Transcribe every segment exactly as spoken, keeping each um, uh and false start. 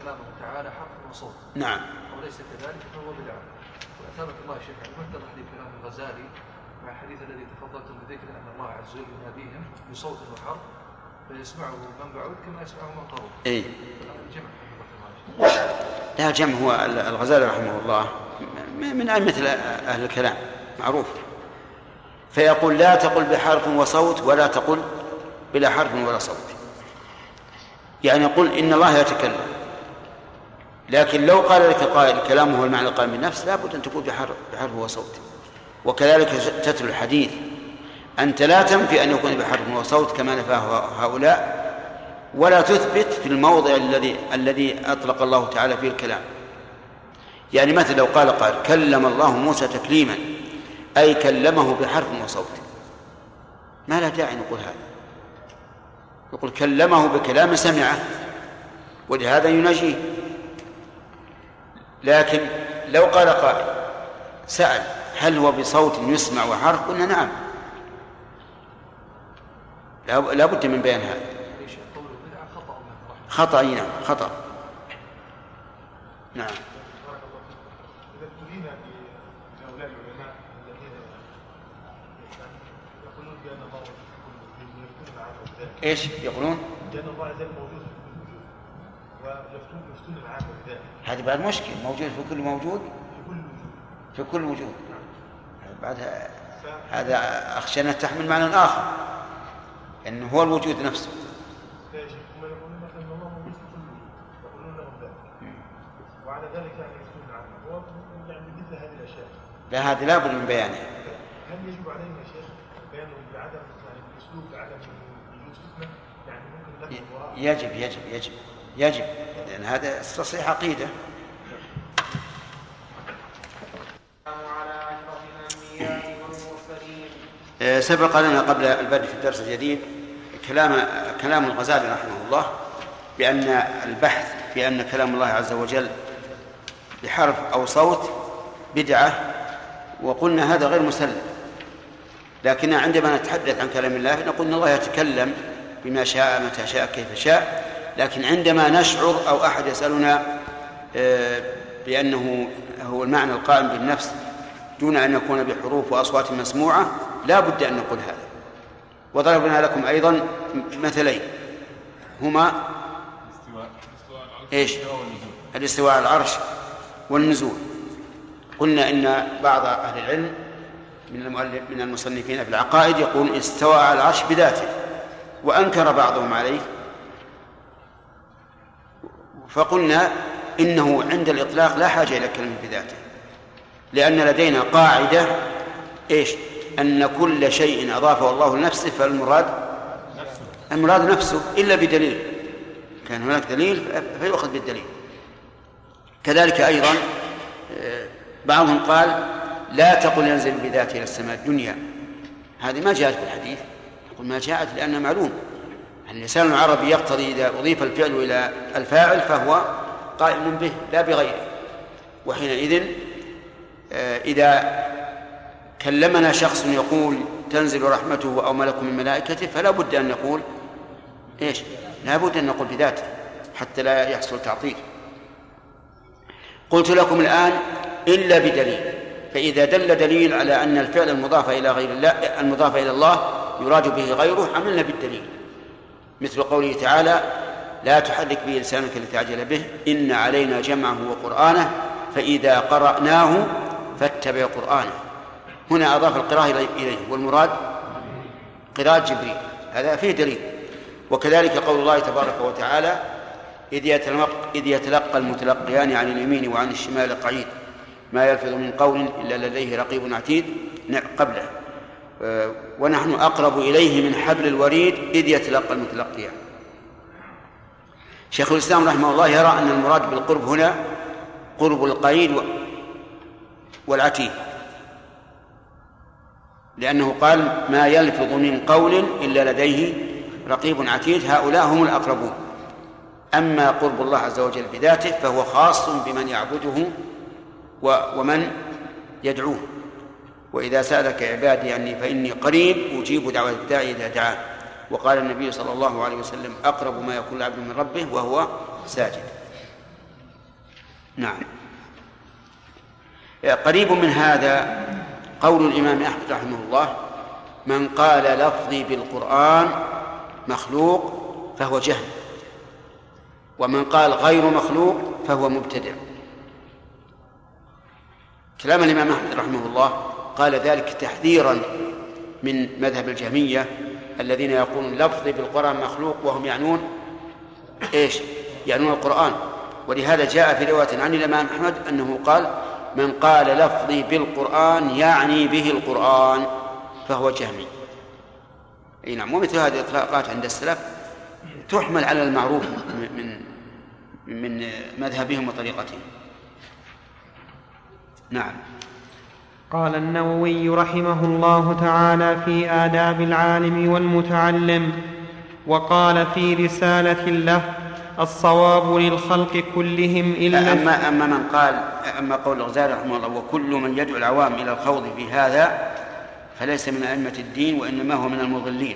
كلامه تعالى حرف وصوت نعم وليس كذلك فهو بدعة. وأثابك الله يا شيخ أن تضح لي كلام الغزالي مع الحديث الذي تفضلتم بذكر أن الله عز وجل يناديهم بصوت وحرف فيسمعه من بعد كما يسمعه من قرب. إيه الجمع لا جمع هو الغزالي رحمه الله من أئمة أهل الكلام معروف. فيقول لا تقل بحرف وصوت ولا تقل بلا حرف ولا صوت، يعني يقول إن الله يتكلم، لكن لو قال لك قائل كلامه هو المعنى القائم بالنفس لا بد أن تقول بحرف, بحرف وصوت. وكذلك تتلو الحديث أنت لا تنفي أن يكون بحرف وصوت كما نفاه هؤلاء، ولا تثبت في الموضع الذي الذي أطلق الله تعالى فيه الكلام. يعني مثل لو قال قال كلم الله موسى تكليما أي كلمه بحرف وصوت، ما لا داعي نقول هذا، يقول كلمه بكلام سمعه ولهذا يناجيه. لكن لو قال قائل سأل هل هو بصوت يسمع وحرف قلنا نعم، لا بد من بيان هذا. خطأ نعم خطأ نعم. إذا ابتلينا بهؤلاء العلماء الذين يقولون بأن الله يفتون العام وذلك إيش يقولون؟ بأن الله عز وجل موجود في كل وجود ويفتون يفتون العام وذلك. هذا بعد مشكل، موجود في كل موجود في كل وجود في كل وجود بعدها هذا أخشى أن تحمل معنى آخر أنه هو الوجود نفسه. وعلى ذلك يعني يفتون العامة يعني مثل هذه الأشياء لا هذه لا بد من بيانها. هل يجب علينا يا شيخ بيانه بعدم يعني الأسلوب بعدم وجود فتنة يعني ممكن لك وراء؟ يجب يجب يجب يجب لأن هذا تصحيح عقيدة. سبق لنا قبل البدء في الدرس الجديد كلام كلام الغزالي رحمه الله بأن البحث في أن كلام الله عز وجل بحرف أو صوت بدعة، وقلنا هذا غير مسلم. لكن عندما نتحدث عن كلام الله نقول إن الله يتكلم بما شاء متى شاء كيف شاء، لكن عندما نشعر أو أحد يسألنا بأنه هو المعنى القائم بالنفس دون أن يكون بحروف وأصوات مسموعة لا بد أن نقول هذا. وضربنا لكم أيضا مثلين هما إيش؟ الاستواء على العرش والنزول. قلنا إن بعض أهل العلم من المؤلف من المصنفين في العقائد يقول استوى على العرش بذاته، وأنكر بعضهم عليه، فقلنا إنه عند الإطلاق لا حاجة إلى كلمة بذاته، لأن لدينا قاعدة إيش؟ أن كل شيء أضافه الله لنفسه فالمراد المراد نفسه إلا بدليل، كان هناك دليل فيؤخذ بالدليل. كذلك أيضا بعضهم قال لا تقل ينزل بذاته إلى السماء الدنيا، هذه ما جاءت في الحديث. يقول ما جاءت لأنها معلوم، اللسان العربي يقتضي إذا أضيف الفعل إلى الفاعل فهو قائم به لا بغيره. وحينئذ إذا كلمنا شخص يقول تنزل رحمته أو ملك من ملائكته فلا بد أن نقول إيش؟ لا بد أن نقول بذاته حتى لا يحصل تعطيل. قلت لكم الآن إلا بدليل، فإذا دل دليل على أن الفعل المضاف إلى غير الله المضاف إلى الله يراد به غيره عملنا بالدليل، مثل قوله تعالى لا تحرك به لسانك لتعجل به إن علينا جمعه وقرآنه فإذا قرأناه فاتبع قرآنه. هنا أضاف القراءة إليه والمراد قراءة جبريل، هذا فيه دليل. وكذلك قول الله تبارك وتعالى إذ يتلقى المتلقيان عن اليمين وعن الشمال قعيد ما يلفظ من قول إلا لديه رقيب عتيد قبله ونحن أقرب إليه من حبل الوريد إذ يتلقى المتلقيان. شيخ الإسلام رحمه الله يرى أن المراد بالقرب هنا قرب القريب والعتيد، لأنه قال ما يلفظ من قول إلا لديه رقيب عتيد، هؤلاء هم الأقربون. أما قرب الله عز وجل بذاته فهو خاص بمن يعبده ومن يدعوه. وإذا سألك عبادي عني فإني قريب أجيب دعوة الداعي إذا دعان. وقال النبي صلى الله عليه وسلم أقرب ما يكون العبد من ربه وهو ساجد. نعم. قريب من هذا قول الإمام أحمد رحمه الله: من قال لفظي بالقرآن مخلوق فهو جهل، ومن قال غير مخلوق فهو مبتدع. كلام الإمام أحمد رحمه الله قال ذلك تحذيرا من مذهب الجهمية الذين يقولون لفظي بالقرآن مخلوق وهم يعنون إيش؟ يعنون القرآن. ولهذا جاء في رواية عن الإمام أحمد أنه قال: من قال لفظي بالقرآن يعني به القرآن فهو جهمي. أي نعم. ومثل هذه الإطلاقات عند السلف تحمل على المعروف من من مذهبهم وطريقتهم. نعم. قال النووي رحمه الله تعالى في آداب العالم والمتعلم: وقال في رسالة له: الصواب للخلق كلهم إلا أما, أما من قال أما قول الغزالي رحمه الله: وكل من يدعو العوام إلى الخوض في هذا فليس من أئمة الدين وإنما هو من المضلين،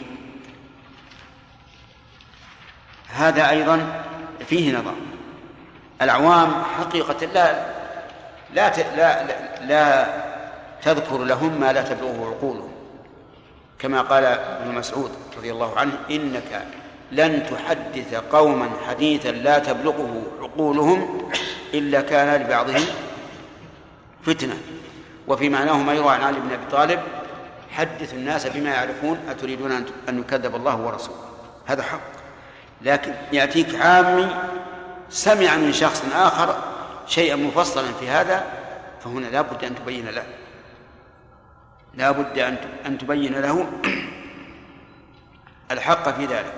هذا أيضا فيه نظر. العوام حقيقة لا لا لا, لا, لا تذكر لهم ما لا تبلغه عقولهم، كما قال ابن مسعود رضي الله عنه: إنك لن تحدث قوما حديثا لا تبلغه عقولهم إلا كان لبعضهم فتنة. وفي معناه ما يروى عن علي بن أبي طالب: حدث الناس بما يعرفون أتريدون أن يكذب الله ورسوله. هذا حق، لكن يأتيك عامي سمع من شخص آخر شيئا مفصلا في هذا، فهنا لا بد أن تبين له لا بد أن تبين له الحق في ذلك.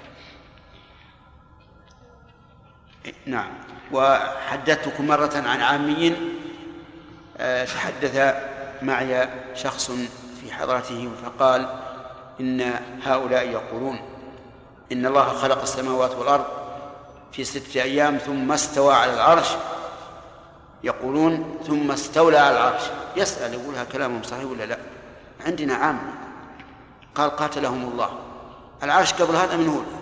نعم. وحدثتكم مرة عن عامي تحدث معي شخص في حضرته فقال: إن هؤلاء يقولون إن الله خلق السماوات والأرض في ستة أيام ثم استوى على العرش، يقولون ثم استولى على العرش. يسأل يقولها كلامهم صحيح ولا لا؟ عندنا عام. قال: قاتلهم الله، العرش قبل هذا من هو.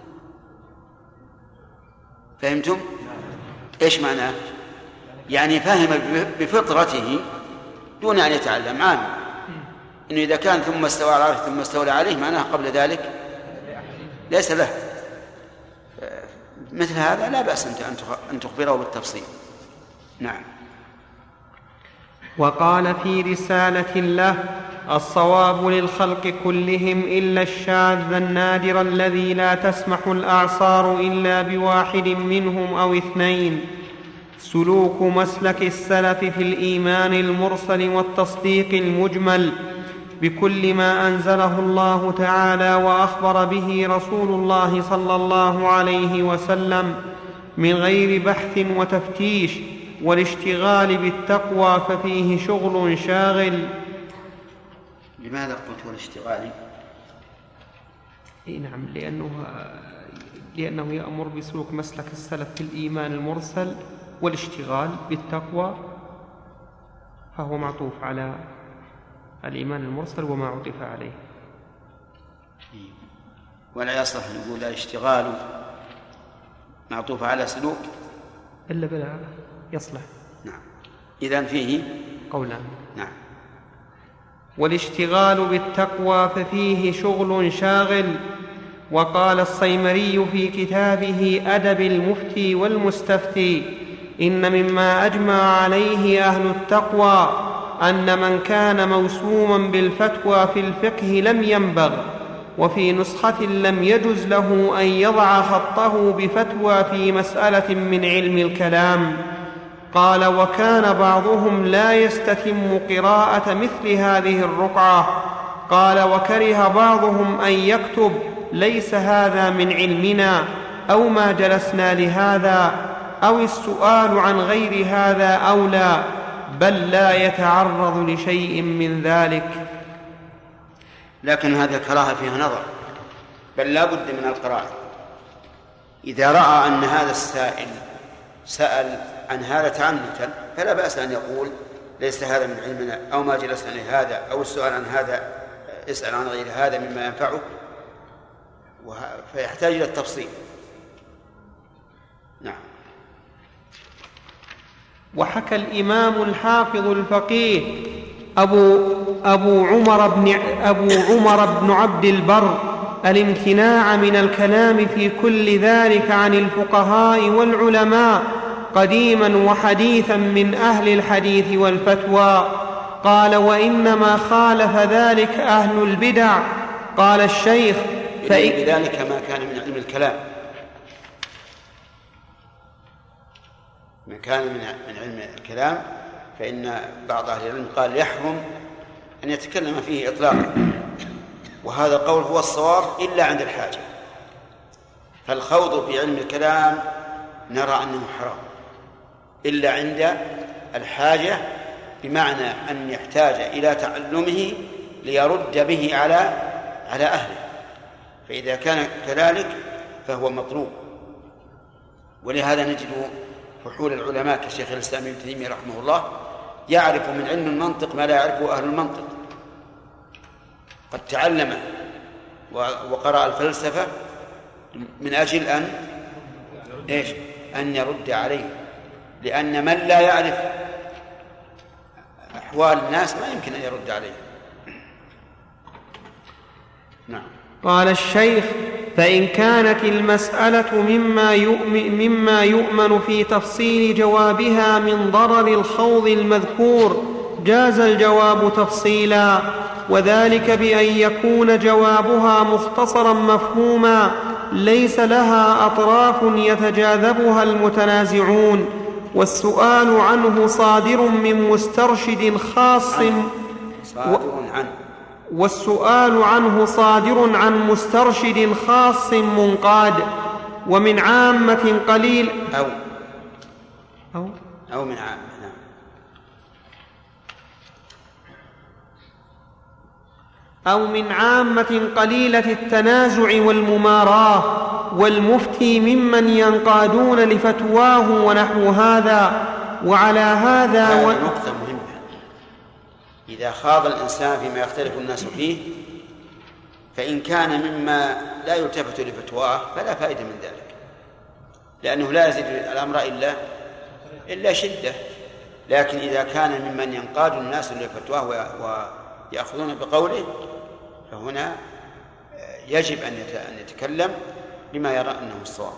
فهمتم؟ إيش معناه؟ يعني فهم بفطرته دون أن يتعلم، عام إنه إذا كان ثم استوى على العرش ثم استولى عليه معناه قبل ذلك ليس له. مثل هذا لا بأس أن تخبره بالتفصيل. نعم. وقال في رسالة له: الصواب للخلق كلهم إلا الشاذ النادر الذي لا تسمح الأعصار إلا بواحد منهم أو اثنين، سلوك مسلك السلف في الإيمان المرسل والتصديق المجمل بكل ما أنزله الله تعالى وأخبر به رسول الله صلى الله عليه وسلم من غير بحث وتفتيش، والاشتغال بالتقوى ففيه شغل شاغل. لماذا قلت والاشتغال؟ نعم، لأنه, لأنه يأمر بسلوك مسلك السلف في الإيمان المرسل والاشتغال بالتقوى، فهو معطوف على الإيمان المرسل وما عطف عليه. ولا يصلح أن نقول الاشتغال معطوف على سلوك إلا بلا يصلح. نعم. إذن فيه قولان. نعم. والاشتغال بالتقوى ففيه شغل شاغل. وقال الصيمري في كتابه أدب المفتي والمستفتي: إن مما أجمع عليه أهل التقوى أن من كان موسوما بالفتوى في الفقه لم ينبغ، وفي نسخة لم يجز له أن يضع خطه بفتوى في مسألة من علم الكلام. قال: وكان بعضهم لا يستتم قراءة مثل هذه الرقعة. قال: وكره بعضهم أن يكتب: ليس هذا من علمنا، أو ما جلسنا لهذا، أو السؤال عن غير هذا أولى، بل لا يتعرض لشيء من ذلك. لكن هذه الكراهة فيها نظر، بل لا بد من القراءة. إذا رأى أن هذا السائل سأل عن هذا تعنتا فلا بأس أن يقول: ليس هذا من علمنا، أو ما جلسنا لهذا، أو السؤال عن هذا اسأل عن غير هذا مما ينفعه، فيحتاج إلى التفصيل. نعم. وحكى الإمام الحافظ الفقيه أبو, أبو, عمر بن أبو عمر بن عبد البر الامتناع من الكلام في كل ذلك عن الفقهاء والعلماء قديما وحديثا من أهل الحديث والفتوى. قال: وإنما خالف ذلك أهل البدع. قال الشيخ: بذلك ما كان من علم الكلام، ما كان من علم الكلام فإن بعض أهل العلم قال يحرم أن يتكلم فيه إطلاقا، وهذا قول هو الصواب إلا عند الحاجة. فالخوض في علم الكلام نرى أنه حرام إلا عند الحاجة، بمعنى أن يحتاج إلى تعلمه ليرد به على على أهله، فإذا كان كذلك فهو مطلوب. ولهذا نجد فحول العلماء كشيخ الإسلام ابن تيمية رحمه الله يعرف من علم المنطق ما لا يعرفه أهل المنطق، قد تعلم وقرأ الفلسفة من أجل أن إيش؟ أن يرد عليه، لأن من لا يعرف أحوال الناس ما يمكن أن يرد عليه. نعم. قال الشيخ: فإن كانت المسألة مما يؤمن, مما يؤمن في تفصيل جوابها من ضرر الخوض المذكور جاز الجواب تفصيلا، وذلك بأن يكون جوابها مختصرا مفهوما ليس لها أطراف يتجاذبها المتنازعون، والسؤال عنه صادر من مسترشد خاص صادر عنه والسؤال عنه صادر عن مسترشد خاص منقاد، ومن عامة قليل أو أو, أو من عامة نعم. أو من عامة قليلة التنازع والمماراة، والمفتي ممن ينقادون لفتواه ونحو هذا. وعلى هذا و... نقطة مهمة، إذا خاض الإنسان فيما يختلف الناس فيه فإن كان مما لا يلتفت لفتواه فلا فائدة من ذلك، لأنه لا يزيد الأمر إلا إلا شدة. لكن إذا كان ممن ينقاد الناس لفتواه ويأخذون بقوله فهنا يجب أن يتكلم بما يرى أنه الصواب.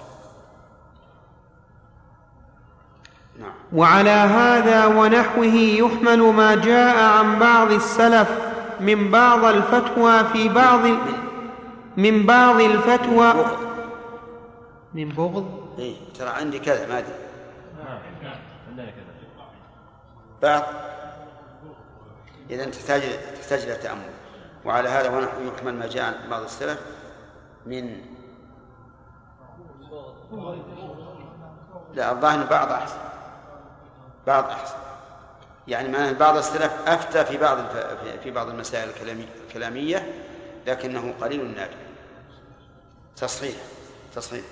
نعم. وعلى هذا ونحوه يحمل ما جاء عن بعض السلف من بعض الفتوى في بعض من بعض الفتوى من بغض إيه ترى عندي كذا ما أدري عندنا كذا بعض، إذا تحتاج تحتاج إلى تأمل. وعلى هذا ونحوه يحمل ما جاء عن بعض السلف من لا الظاهر بعض أحسن بعض أحسن يعني معنى بعض السلف أفتى في بعض في بعض المسائل الكلامية لكنه قليل نادر. تصحيح تصحيح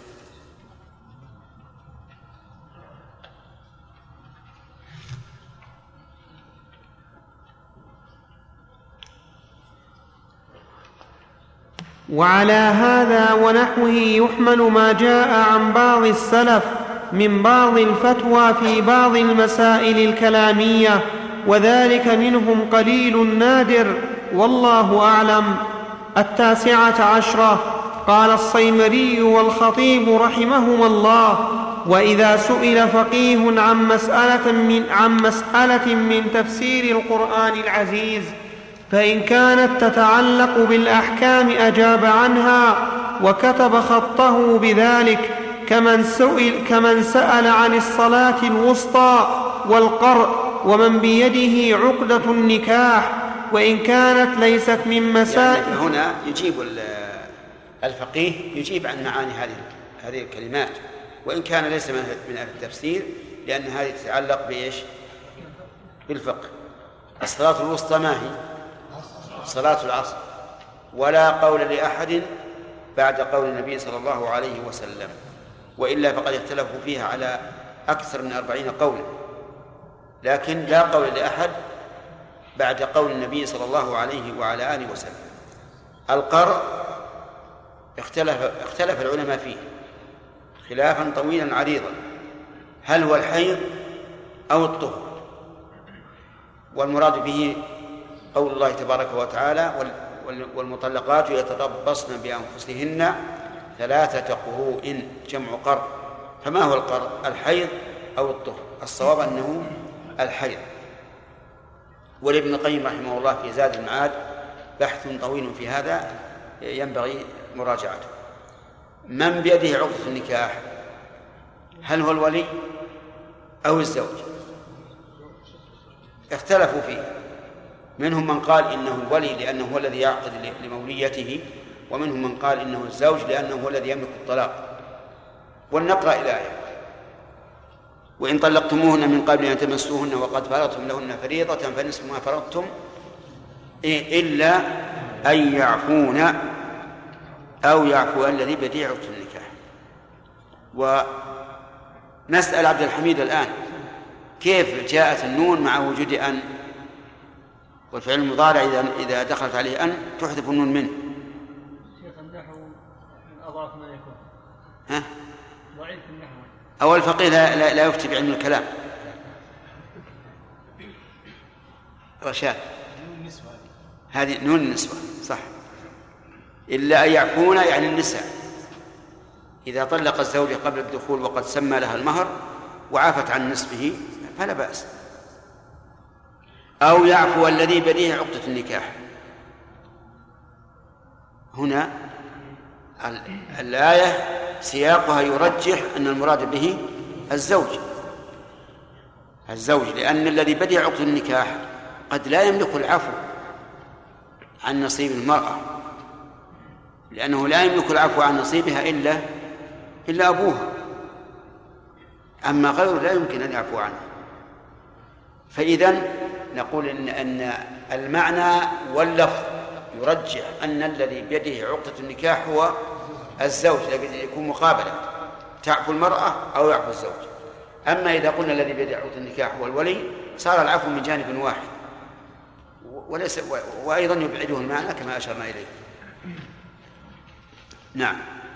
وعلى هذا ونحوه يحمل ما جاء عن بعض السلف من بعض الفتوى في بعض المسائل الكلامية، وذلك منهم قليل نادر والله أعلم. التاسعة عشرة. قال الصيمري والخطيب رحمهما الله: وإذا سئل فقيه عن مسألة من, عن مسألة من تفسير القرآن العزيز فإن كانت تتعلق بالأحكام أجاب عنها وكتب خطه بذلك، كمن سئل كمن سأل عن الصلاة الوسطى والقرء ومن بيده عقدة النكاح، وإن كانت ليست من مسائل. يعني هنا يجيب الفقيه يجيب عن معاني هذه هذه الكلمات، وإن كان ليس من أهل التفسير، لأن هذه تتعلق بإيش؟ بالفقه. الصلاة الوسطى ما هي؟ صلاة العصر، ولا قول لأحد بعد قول النبي صلى الله عليه وسلم، وإلا فقد اختلفوا فيها على أكثر من أربعين قولا، لكن لا قول لأحد بعد قول النبي صلى الله عليه وعلى آله وسلم. القرء اختلف, اختلف العلماء فيه خلافا طويلا عريضا، هل هو الحيض أو الطهر. والمراد به قول الله تبارك وتعالى والمطلقات يتربصن بأنفسهن ثلاثة قروء جمع قر. فما هو القر؟ الحيض أو الطهر. الصواب أنه الحيض. ولابن القيم رحمه الله في زاد المعاد بحث طويل في هذا ينبغي مراجعته. من بيده عقدة النكاح؟ هل هو الولي أو الزوج؟ اختلفوا فيه. منهم من قال إنه الولي لأنه هو الذي يعقد لموليته، ومنهم من قال إنه الزوج لأنه هو الذي يملك الطلاق. ولنقرأ الآية: وإن طلقتموهن من قبل أن تمسوهن وقد فرضتم لهن فريضة فنصف ما فرضتم إلا أن يعفون أو يعفو الذي بيده عقدة النكاح. ونسأل عبد الحميد الآن: كيف جاءت النون مع وجود أن؟ والفعل المضارع إذا إذا دخلت عليه أن تحذف النون منه. شيخ النحو من أضاف ما يكون. ها؟ ضعيف النحو. أو الفقيه لا, لا, لا يفتي بعلم الكلام. رشاد. هذه نون النسوة صح. إلا أن يعفون يعني النساء. إذا طلق الزوج قبل الدخول وقد سمى لها المهر وعافت عن نصفه فلا بأس. أو يعفو الذي بيده عقدة النكاح. هنا الآية سياقها يرجح أن المراد به الزوج الزوج لأن الذي بيده عقدة النكاح قد لا يملك العفو عن نصيب المرأة، لأنه لا يملك العفو عن نصيبها إلا إلا أبوها، أما غيره لا يمكن أن يعفو عنه. فإذن نقول إن, أن المعنى واللفظ يرجح أن الذي بيده عقدة النكاح هو الزوج، يكون مقابلة، تعفو المرأة أو يعفو الزوج. أما إذا قلنا الذي بيده عقدة النكاح هو الولي صار العفو من جانب واحد، وليس وأيضا يبعده المعنى كما أشرنا إليه. نعم.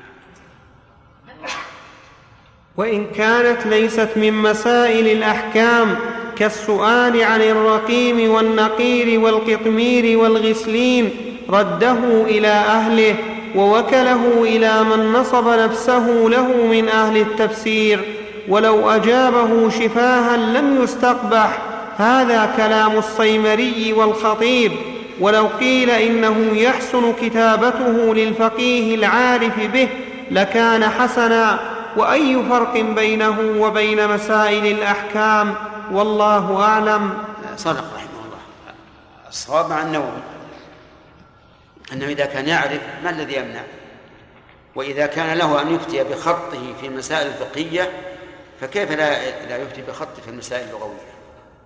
وإن كانت ليست من مسائل الأحكام كالسؤال عن الرقيم والنقير والقطمير والغسلين رده إلى أهله ووكله إلى من نصب نفسه له من أهل التفسير، ولو أجابه شفاها لم يستقبح. هذا كلام الصيمري والخطيب. ولو قيل إنه يحسن كتابته للفقيه العارف به لكان حسنا. وأي فرق بينه وبين مسائل الأحكام؟ والله أعلم. صدق رحمه الله. الصواب مع النووي أنه إذا كان يعرف ما الذي يمنع، وإذا كان له أن يفتي بخطه في المسائل الفقهية فكيف لا, لا يفتي بخطه في المسائل اللغوية؟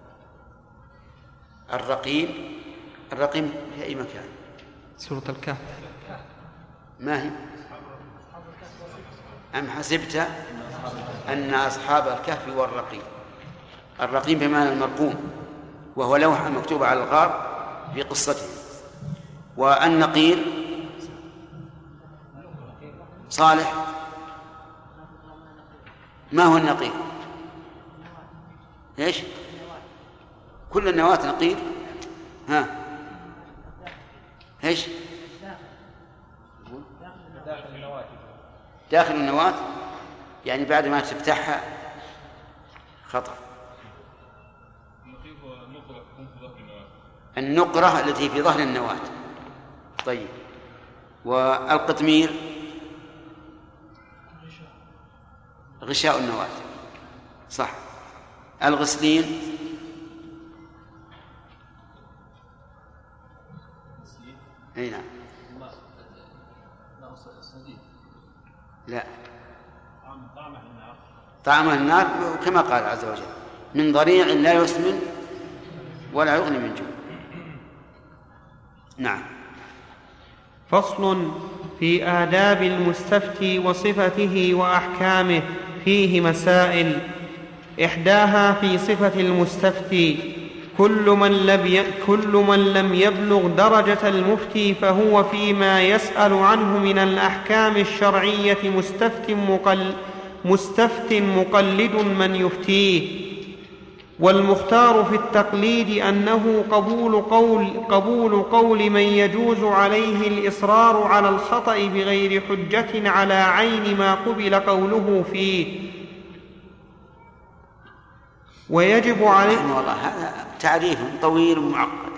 الرقيم الرقيم في أي مكان؟ سورة الكهف. ما هي؟ أم حسبت أن أصحاب الكهف والرقيم. الرقيم بمعنى المرقوم، وهو لوحة مكتوبة على الغار في قصته. والنقير صالح. ما هو النقير؟ إيش؟ كل النواة نقير. ها إيش؟ داخل النواة، يعني بعد ما تفتحها خطأ. النقرة التي في ظهر النواة. طيب. والقطمير غشاء النواة صح. الغسلين أي نعم. لا، طعمه النار كما قال عز وجل من ضريع لا يسمن ولا يغني من جوع. نعم. فصل في آداب المستفتي وصفته وأحكامه. فيه مسائل. إحداها في صفة المستفتي: كل من لم كل من لم يبلغ درجة المفتي فهو فيما يسأل عنه من الأحكام الشرعية مستفت مقل مستفت مقلد من يفتيه. والمختار في التقليد أنه قبول قول, قبول قول من يجوز عليه الإصرار على الخطأ بغير حجة على عين ما قبل قوله فيه. ويجب عليه رحمه الله هذا تعريف طويل ومعقد.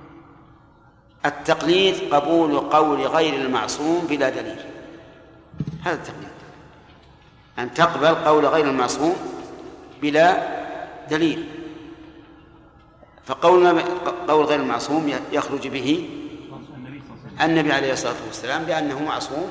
التقليد قبول قول غير المعصوم بلا دليل، هذا التقليد، أن تقبل قول غير المعصوم بلا دليل. فقول قول غير المعصوم يخرج به النبي عليه الصلاة والسلام بأنه معصوم،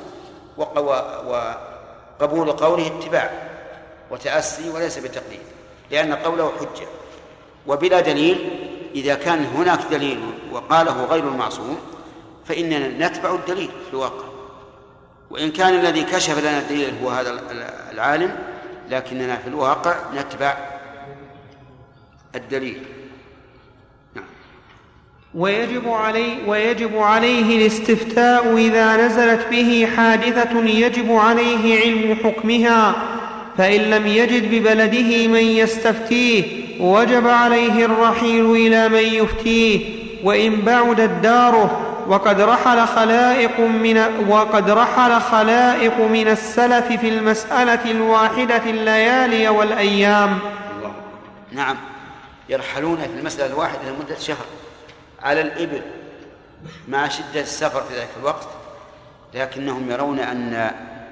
وقبول قوله اتباع وتأسي وليس بتقليد، لأن قوله حجة. وبلا دليل، إذا كان هناك دليل وقاله غير المعصوم فإننا نتبع الدليل في الواقع، وإن كان الذي كشف لنا الدليل هو هذا العالم، لكننا في الواقع نتبع الدليل. نعم. ويجب عليه, ويجب عليه الاستفتاء إذا نزلت به حادثة يجب عليه علم حكمها، فإن لم يجد ببلده من يستفتيه وجب عليه الرحيل إلى من يفتيه، وإن بعدت داره. وقد رحل خلائق من وقد رحل خلائق من السلف في المسألة الواحدة الليالي والأيام. نعم، يرحلون في المسألة الواحدة لمدة شهر على الإبل مع شدة السفر في ذلك الوقت، لكنهم يرون أن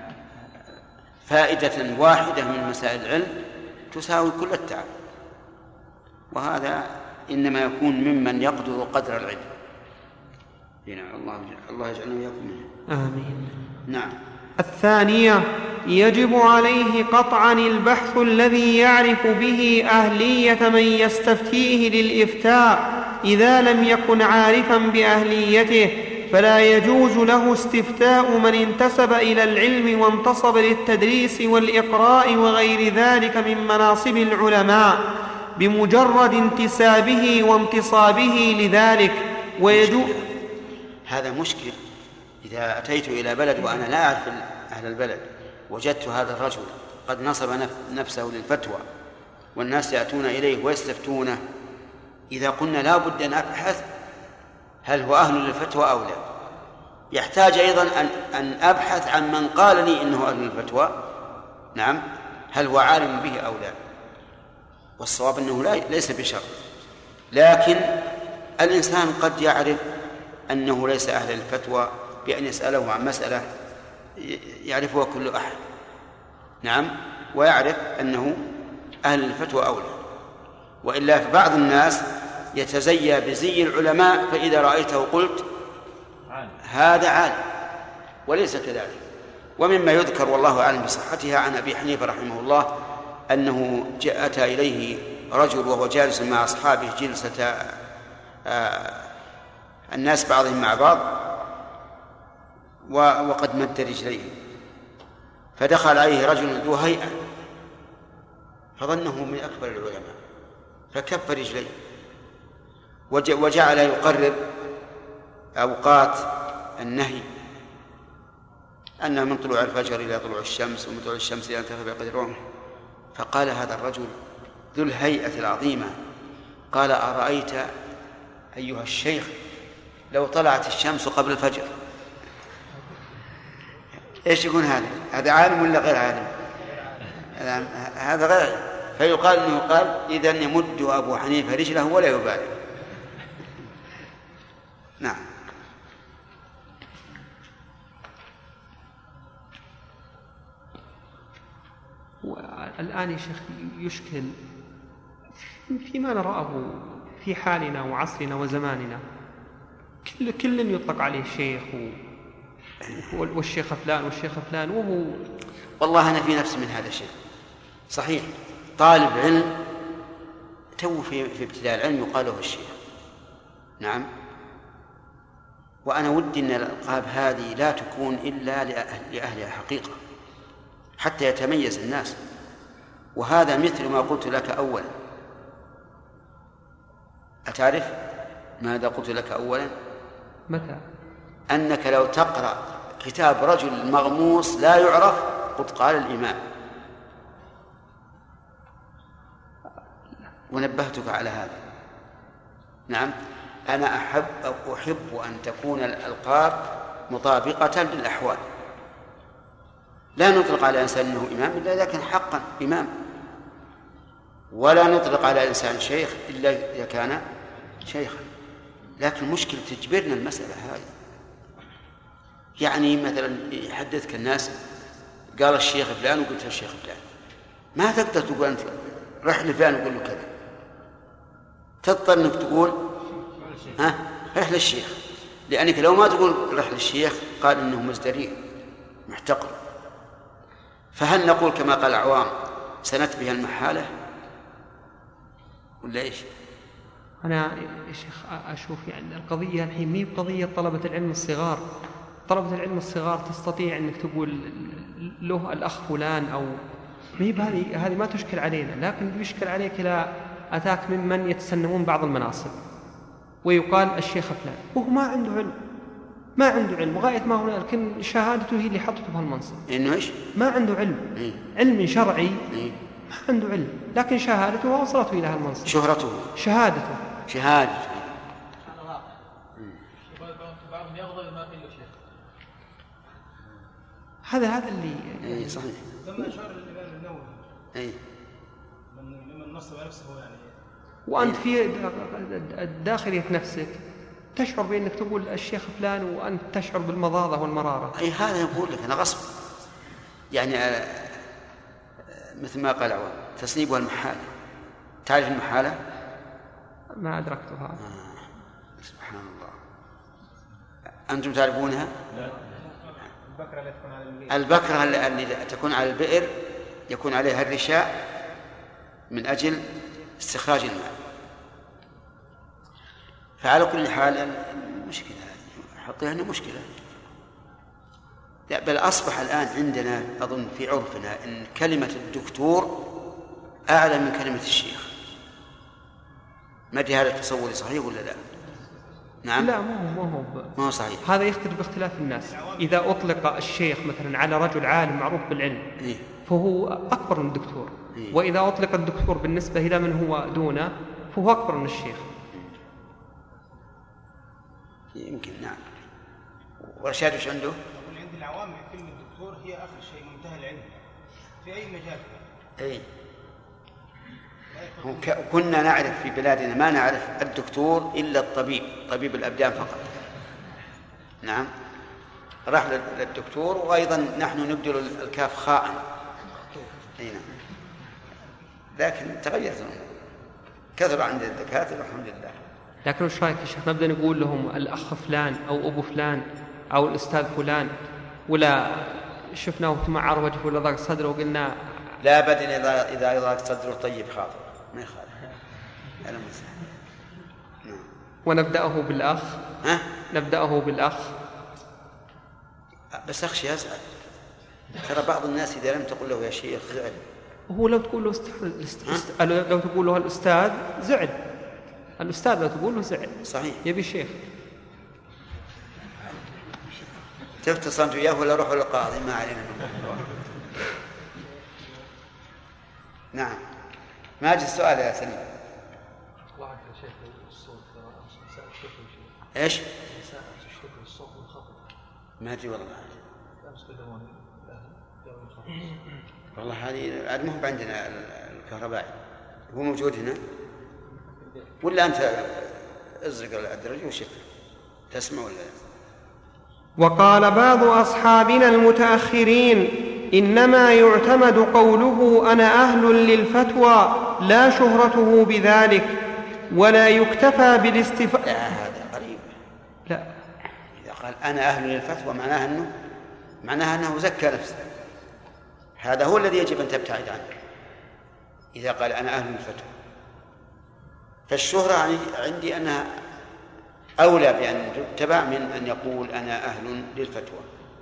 فائدة واحدة من مسائل العلم تساوي كل التعب، وهذا إنما يكون ممن يقدر قدر العلم. نعم، الله الله يجعلنا وإياكم منه. آمين. نعم. الثانية: يجب عليه قطعا البحث الذي يعرف به أهلية من يستفتيه للإفتاء إذا لم يكن عارفا بأهليته، فلا يجوز له استفتاء من انتسب إلى العلم وانتصب للتدريس والإقراء وغير ذلك من مناصب العلماء بمجرد انتسابه وانتصابه لذلك. ويجوز هذا مشكل. إذا أتيت إلى بلد وأنا لا أعرف أهل البلد، وجدت هذا الرجل قد نصب نفسه للفتوى والناس يأتون إليه ويستفتونه، إذا قلنا لا بد أن أبحث هل هو أهل للفتوى أو لا، يحتاج أيضا أن, أن أبحث عن من قال لي إنه أهل للفتوى، نعم، هل هو عالم به أو لا. والصواب أنه لا ليس بشرط، لكن الإنسان قد يعرف أنه ليس أهل للفتوى بأن يسأله عن مسألة يعرفها كل أحد، نعم، ويعرف أنه أهل للفتوى أو لا. وإلا فبعض الناس يتزيى بزي العلماء، فإذا رأيته قلت هذا عالم، وليس كذلك. ومما يذكر والله أعلم بصحتها عن أبي حنيفة رحمه الله أنه أتى إليه رجل وهو جالس مع أصحابه جلسة الناس بعضهم مع بعض وقد مد رجليه، فدخل عليه رجل ذو هيئة فظنه من أكبر العلماء فكف رجليه وجعل يقرر أوقات النهي، أن من طلوع الفجر إلى طلوع الشمس ومن طلوع الشمس إلى أن تغرب قدر رمح. فقال هذا الرجل ذو الهيئة العظيمة، قال أرأيت أيها الشيخ لو طلعت الشمس قبل الفجر؟ إيش يكون هذا؟ هذا عالم ولا غير عالم؟ هذا غير. فيقال أنه قال إذن يمد أبو حنيفة رجله ولا يبالي. نعم. الآن يا شيخ يشكل فيما نراه في حالنا وعصرنا وزماننا، كل كل يطلق عليه شيخ والشيخ فلان والشيخ فلان، وهو والله أنا في نفسي من هذا الشيء. صحيح طالب علم تو في في ابتداء العلم يقال له الشيخ، نعم، وأنا ودي أن الألقاب هذه لا تكون إلا لأهلها حقيقة حتى يتميز الناس. وهذا مثل ما قلت لك أولا. أتعرف ماذا قلت لك أولا؟ متى؟ أنك لو تقرأ كتاب رجل مغموس لا يعرف قد قال الإمام، ونبهتك على هذا. نعم، أنا أحب أو أحب أن تكون الألقاب مطابقة للأحوال، لا نطلق على إنسان أنه إمام إلا إذا كان حقا إمام، ولا نطلق على إنسان شيخ إلا إذا كان شيخا. لكن مشكلة تجبرنا المسألة هذه. يعني مثلا يحدثك الناس قال الشيخ فلان وقلت الشيخ فلان، ما تقدر تقول أنت رح لفلان وقل له كذا، تضطر أنك تقول ها رح للشيخ، لأنك لو ما تقول رح للشيخ قال إنه مزدري محتقر. فهل نقول كما قال العوام سنتبه المحالة ولا إيش؟ أنا يا شيخ أشوف يعني القضية الحين مي بقضية طلبة العلم الصغار. طلبة العلم الصغار تستطيع أنك تقول له الأخ فلان أو مي بهذه، هذه ما تشكل علينا. لكن يشكل عليك إذا أتاك ممن يتسنمون بعض المناصب ويقال الشيخ فلان وهو ما عنده علم، ما عنده علم وغاية ما هو، لكن شهادته هي اللي حطته بهالمنصب. إنه إيش؟ ما عنده علم، إيه؟ علم شرعي، إيه؟ ما عنده علم، لكن شهادته وصلته إلى هالمنصب. شهرته، شهادته، شهادته. بعضهم يغضب ما في له شيخ. هذا هذا اللي إيه صحيح. لما أشار الإمام النووي إيه؟ من من نصب نفسه يعني، وأنت في داخلية نفسك تشعر بأنك تقول الشيخ فلان وأنت تشعر بالمضاضة والمرارة. أي هذا يقول لك أنا غصب، يعني مثل ما قال عوام تسنيبها المحالة. تعرف المحالة؟ ما أدركتها. آه. سبحان الله. أنتم تعرفونها؟ البكرة التي تكون على البئر. البكرة التي تكون على البئر يكون عليها الرشاء من أجل استخراج الماء. فعلى كل حال المشكلة حقيقة أنها مشكلة، بل أصبح الآن عندنا أظن في عرفنا أن كلمة الدكتور أعلى من كلمة الشيخ. ما أدري هذا التصور صحيح ولا لا؟ نعم. لا ما هو ما هو ما هو صحيح. هذا يختلف باختلاف الناس. إذا أطلق الشيخ مثلا على رجل عالم معروف بالعلم إيه؟ فهو أكبر من الدكتور. إيه؟ وإذا أطلق الدكتور بالنسبة إلى من هو دونه فهو أكبر من الشيخ. يمكن نعم. ورشاد وش عنده؟ يقول عند العوام كلمة الدكتور هي آخر شيء، منتهى العلم في أي مجال. أي. كنا نعرف في بلادنا ما نعرف الدكتور إلا الطبيب، طبيب الأبدان فقط. نعم، راح للدكتور، وأيضا نحن نبدل الكاف خاء. أي نعم. لكن تغيرت الأمور، كثر عند الدكاترة الحمد لله. لكن وش رايك يا شيخ نبدأ نقول لهم الأخ فلان أو أبو فلان أو الأستاذ فلان، ولا شفناه تمعر وجهه ولا ضاق صدره وقلنا لا بدل إذا إذا ضاق صدره طيب خاطر ما يخالف. أنا مسح. نعم. ونبدأه بالأخ. ها؟ نبدأه بالأخ. بس أخشى يزعل. ترى بعض الناس إذا لم تقول له يا شيخ زعل. وهو لو تقول له است... است... لو تقول له الأستاذ زعل. الأستاذ لو تقول له زعل. صحيح. يبي الشيخ. تفتصل أنت وياه ولا روح للقاضي ما علينا. نعم. ما أجي السؤال يا سليم. واحد يا شيخ الصوت مساء الشكر شيخ. إيش؟ مساء الشكر الصوت منخفض. ما أدري والله. أمس كلموني والله هذه عاد ما هو عندنا الكهربائي، هو موجود هنا ولا أنت ازرق الدرج وشوف تسمع ولا لا؟ وقال بعض أصحابنا المتأخرين إنما يعتمد قوله أنا أهل للفتوى لا شهرته بذلك، ولا يكتفى بالاستفاء. لا هذا قريب. لا، إذا قال أنا أهل للفتوى معناها أنه معناها أنه زكى نفسه، هذا هو الذي يجب أن تبتعد عنه. إذا قال أنا أهل للفتوى، فالشهرة عندي أنها أولى بأن تتبع من أن يقول أنا أهل للفتوى.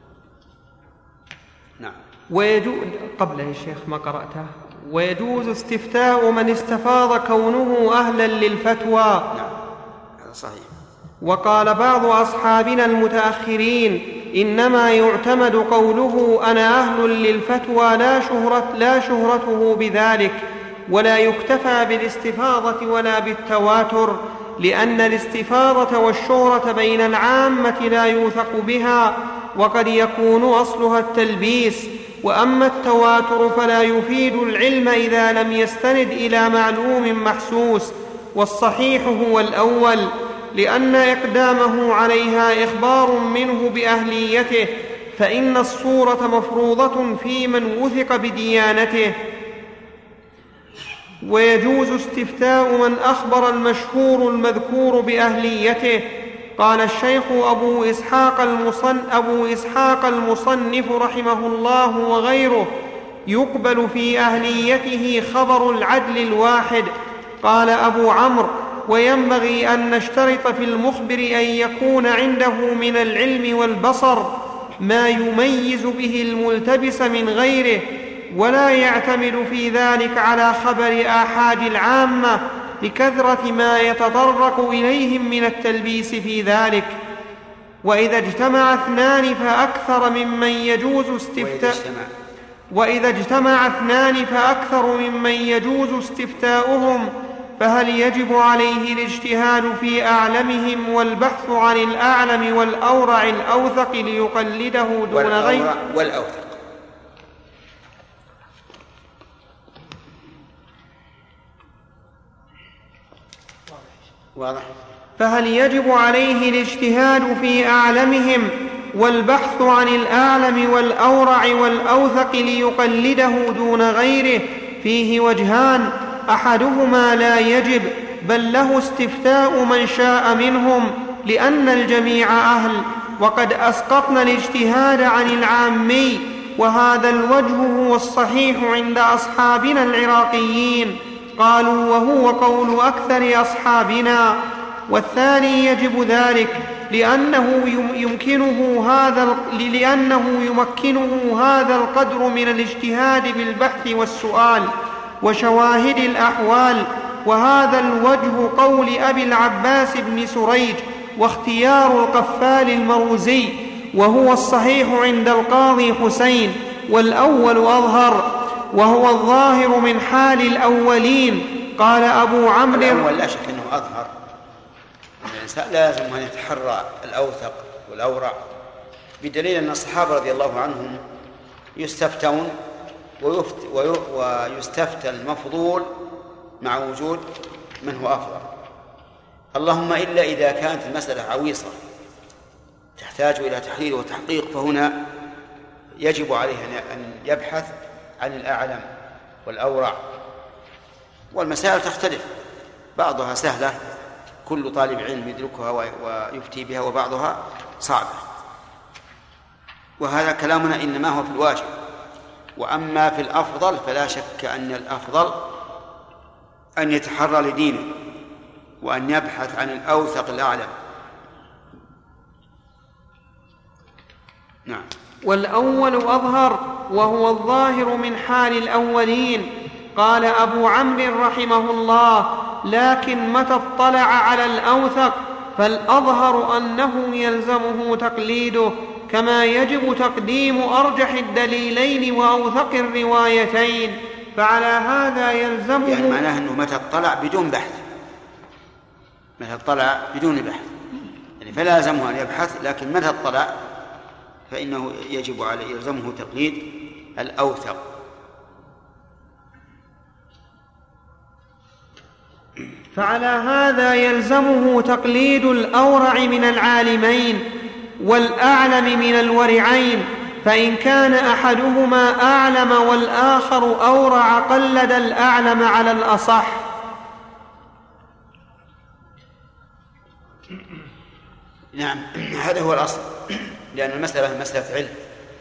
نعم. ويجوز قبل يا شيخ ما قرأته، ويجوز استفتاء من استفاض كونه أهلا للفتوى. نعم هذا صحيح. وقال بعض أصحابنا المتأخرين إنما يعتمد قوله أنا أهل للفتوى لا شهرة لا شهرته بذلك، ولا يكتفى بالاستفاضة ولا بالتواتر، لأن الاستفاضة والشهرة بين العامة لا يوثق بها، وقد يكون أصلها التلبيس. وأما التواتر فلا يفيد العلم إذا لم يستند إلى معلوم محسوس، والصحيح هو الأول، لأن إقدامه عليها إخبار منه بأهليته، فإن الصورة مفروضة في من وثق بديانته. ويجوز استفتاء من أخبر المشهور المذكور بأهليته. قال الشيخ أبو إسحاق المصن أبو إسحاق المصنف رحمه الله وغيره: يقبل في أهليته خبر العدل الواحد. قال أبو عمرو: وينبغي أن نشترط في المخبر أن يكون عنده من العلم والبصر ما يميز به الملتبس من غيره، ولا يعتمد في ذلك على خبر آحاد العامة لكثرة ما يتطرق إليهم من التلبيس في ذلك. وإذا اجتمع اثنان فأكثر ممن يجوز استفتاء وإذا اجتمع اثنان فأكثر ممن يجوز استفتاؤهم، فهل يجب عليه الاجتهاد في أعلمهم والبحث عن الأعلم والأورع الأوثق ليقلده دون غيره؟ والأوثق واضح. فهل يجب عليه الاجتهاد في أعلمهم والبحث عن الأعلم والأورع والأوثق ليقلده دون غيره؟ فيه وجهان: أحدهما لا يجب، بل له استفتاء من شاء منهم، لأن الجميع أهل، وقد أسقطنا الاجتهاد عن العامي، وهذا الوجه هو الصحيح عند أصحابنا العراقيين. قالوا وهو قول أكثر أصحابنا. والثاني يجب ذلك لأنه يمكنه هذا لأنه يمكنه هذا القدر من الاجتهاد بالبحث والسؤال وشواهد الأحوال، وهذا الوجه قول أبي العباس بن سريج، واختيار القفال المروزي، وهو الصحيح عند القاضي حسين، والأول أظهر، وهو الظاهر من حال الأولين. قال أبو عمرو: الأول لا شك أنه أظهر، الإنسان لازم أن يتحرى الأوثق والأورع، بدليل أن الصحابة رضي الله عنهم يستفتون ويستفتى المفضول مع وجود من هو أفضل، اللهم إلا إذا كانت المسألة عويصة تحتاج إلى تحليل وتحقيق، فهنا يجب عليه أن يبحث عن الأعلم والأورع. والمسائل تختلف، بعضها سهلة كل طالب علم يدركها ويفتي بها، وبعضها صعبة، وهذا كلامنا إنما هو في الواجب. وأما في الأفضل فلا شك أن الأفضل أن يتحرى لدينه وأن يبحث عن الأوثق الأعلم. نعم. والأول أظهر، وهو الظاهر من حال الأولين. قال أبو عمرو رحمه الله: لكن متى اطلع على الأوثق فالأظهر أنه يلزمه تقليده، كما يجب تقديم أرجح الدليلين وأوثق الروايتين، فعلى هذا يلزمه. يعني معناه أنه متى اطلع بدون بحث، متى اطلع بدون بحث يعني فلازمه أن يبحث، لكن متى اطلع فإنه يجب عليه يلزمه تقليد الأوثق. فعلى هذا يلزمه تقليد الأورع من العالمين والأعلم من الورعين، فإن كان أحدهما أعلم والآخر أورع قلد الأعلم على الأصح. نعم، هذا هو الأصل، لأن المسألة مسألة علم،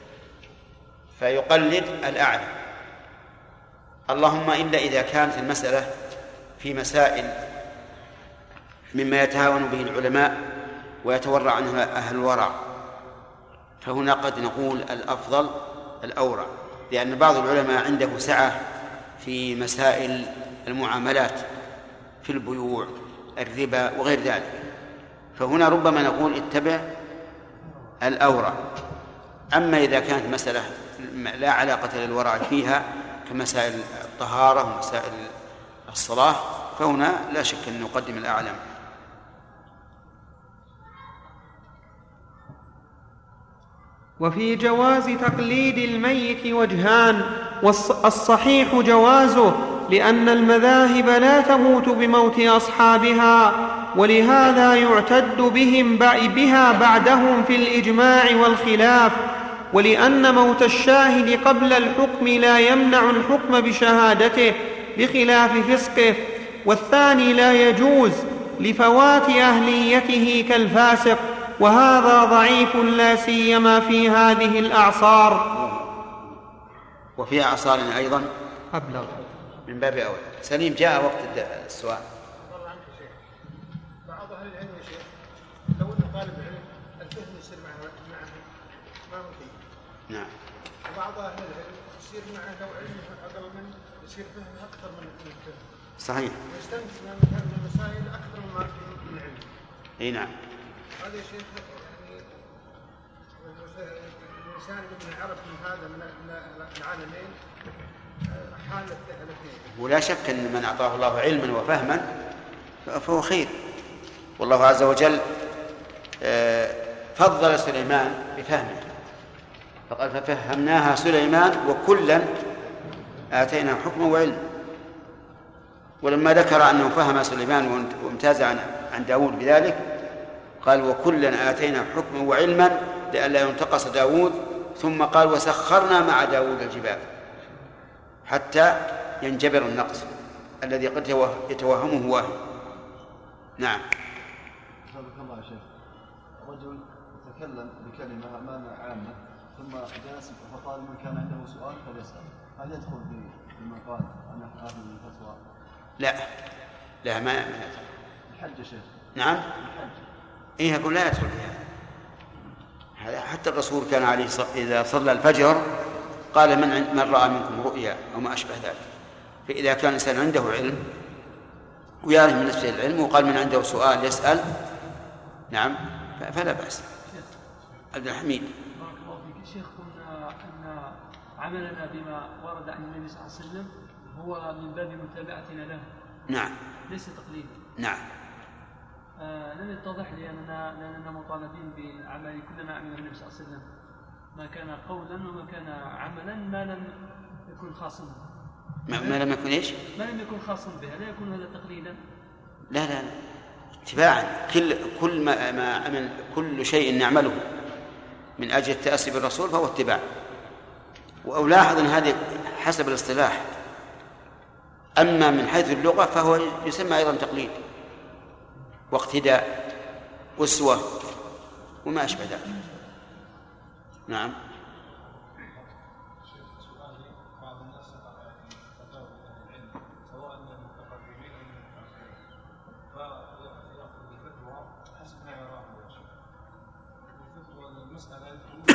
فيقلد الأعلم. اللهم إلا إذا كانت المسألة في مسائل مما يتهاون به العلماء ويتورع عنها أهل الورع، فهنا قد نقول الأفضل الأورع، لأن بعض العلماء عنده سعة في مسائل المعاملات في البيوع، الربا وغير ذلك، فهنا ربما نقول اتبع الأورع. أما إذا كانت مسألة لا علاقة للورع فيها كمسائل الطهارة ومسائل الصلاة فهنا لا شك أن نقدم الأعلم. وفي جواز تقليد الميت وجهان، والصحيح جوازه لأن المذاهب لا تموت بموت أصحابها، ولهذا يعتد بهم بها بعدهم في الإجماع والخلاف، ولأن موت الشاهد قبل الحكم لا يمنع الحكم بشهادته بخلاف فسقه، والثاني لا يجوز لفوات أهليته كالفاسق، وهذا ضعيف لا سيما في هذه الأعصار. وفي أعصارنا أيضا أبلغ من باب أول. سليم، جاء وقت السؤال. والله عنك يا شيخ، بعض أهل العلم يا شيخ لو أن طالب علم الفهم يصير معه معه ما ممكن. نعم. وبعض أهل العلم يصير معه لو علمه أقل منه يصير فهم أكثر من الفهم. صحيح. ويستنتج من المسائل أكثر من من العلم. أي نعم. هذا يا شيخ يعني الإنسان يبني عرف من هذا من العالمين حالة الاثنين. ولا شك أن من أعطاه الله علما وفهما فهو خير، والله عز وجل فضل سليمان بفهمه فقال ففهمناها سليمان وكلا آتينا حكما وعلما. ولما ذكر أنه فهم سليمان وامتاز عن داود بذلك قال وكلا آتينا حكما وعلما لئلا ينتقص داود، ثم قال وسخرنا مع داود الجبال حتى ينجبر النقص الذي قد يتوهمه واهم. نعم. سبحانك الله يا شيخ. رجل تكلم بكلمة أمام عامة ثم جلس فقال من كان عنده سؤال فليسأل، هل يدخل بما قال عن أهل الفتوى؟ لا لا ما يدخل. الحج يا شيخ. نعم. إيه يقول لا يدخل فيها. هذا حتى الرسول كان عليه إذا صلى الفجر قال من من رأى منكم رؤيا أو ما أشبه ذلك. فإذا كان الإنسان عنده علم ويعرف من نفسه العلم وقال من عنده سؤال يسأل نعم فلا بأس. عبد الحميد. بارك الله فيك. شيخ، قلنا أن عملنا بما ورد عن النبي صلى الله عليه وسلم هو من باب متابعتنا له. نعم. ليس تقليدا. نعم. آه لم يتضح لي أننا لأننا مطالبين بعمل كل ما عمله النبي صلى الله عليه وسلم، ما كان قولا وما كان عملا ما لم يكن خاصا ما, ما لم يكن ايش؟ ما لم يكن خاصا بها، لا يكون هذا تقليدا. لا لا لا اتباعا. كل كل ما, ما عمل كل شيء نعمله من أجل التأسي بالرسول فهو اتباع. وألاحظ أن هذه حسب الاصطلاح، أما من حيث اللغة فهو يسمى أيضا تقليد واقتداء أسوة وما أشبه ذلك. نعم. بعض الناس فتاوى العلم سواء من المتقدمين او من المتاخرين فيأخذ الفتوى حسب ما يراه الفتوى المسألة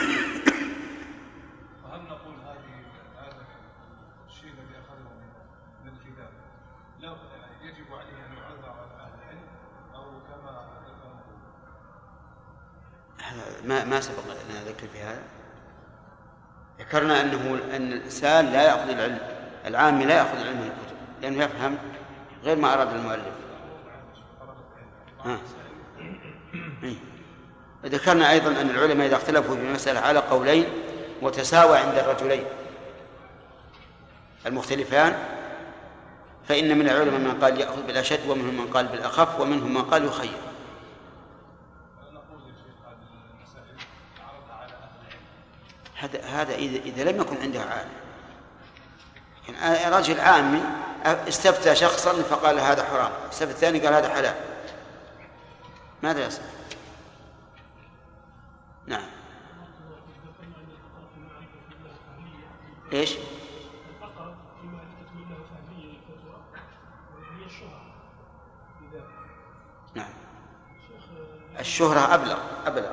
فهل نقول هذه هذا الشيء الذي أخذه من الكتاب لا يجب عليه أن يعرض على أهل العلم أو كما ما ما سبق لنا ذكر في هذا. ذكرنا أنه أن الإنسان لا يأخذ العلم العام لا يأخذ العلم من الكتب لأنه يفهم غير ما أراد المؤلف. ها. ذكرنا أيضا أن العلماء إذا اختلفوا في مسألة على قولين وتساوى عند الرجلين المختلفان فإن من العلماء من قال يأخذ بالأشد ومنهم من قال بالأخف ومنهم من قال يخير. هذا هذا إذا إذا لم يكن عنده عالم. رجل عامي استفتى شخصا فقال هذا حرام، استفتى الثاني قال هذا حلال، ماذا يصنع؟ نعم. ايش؟ نعم. الشهرة أبلغ أبلغ.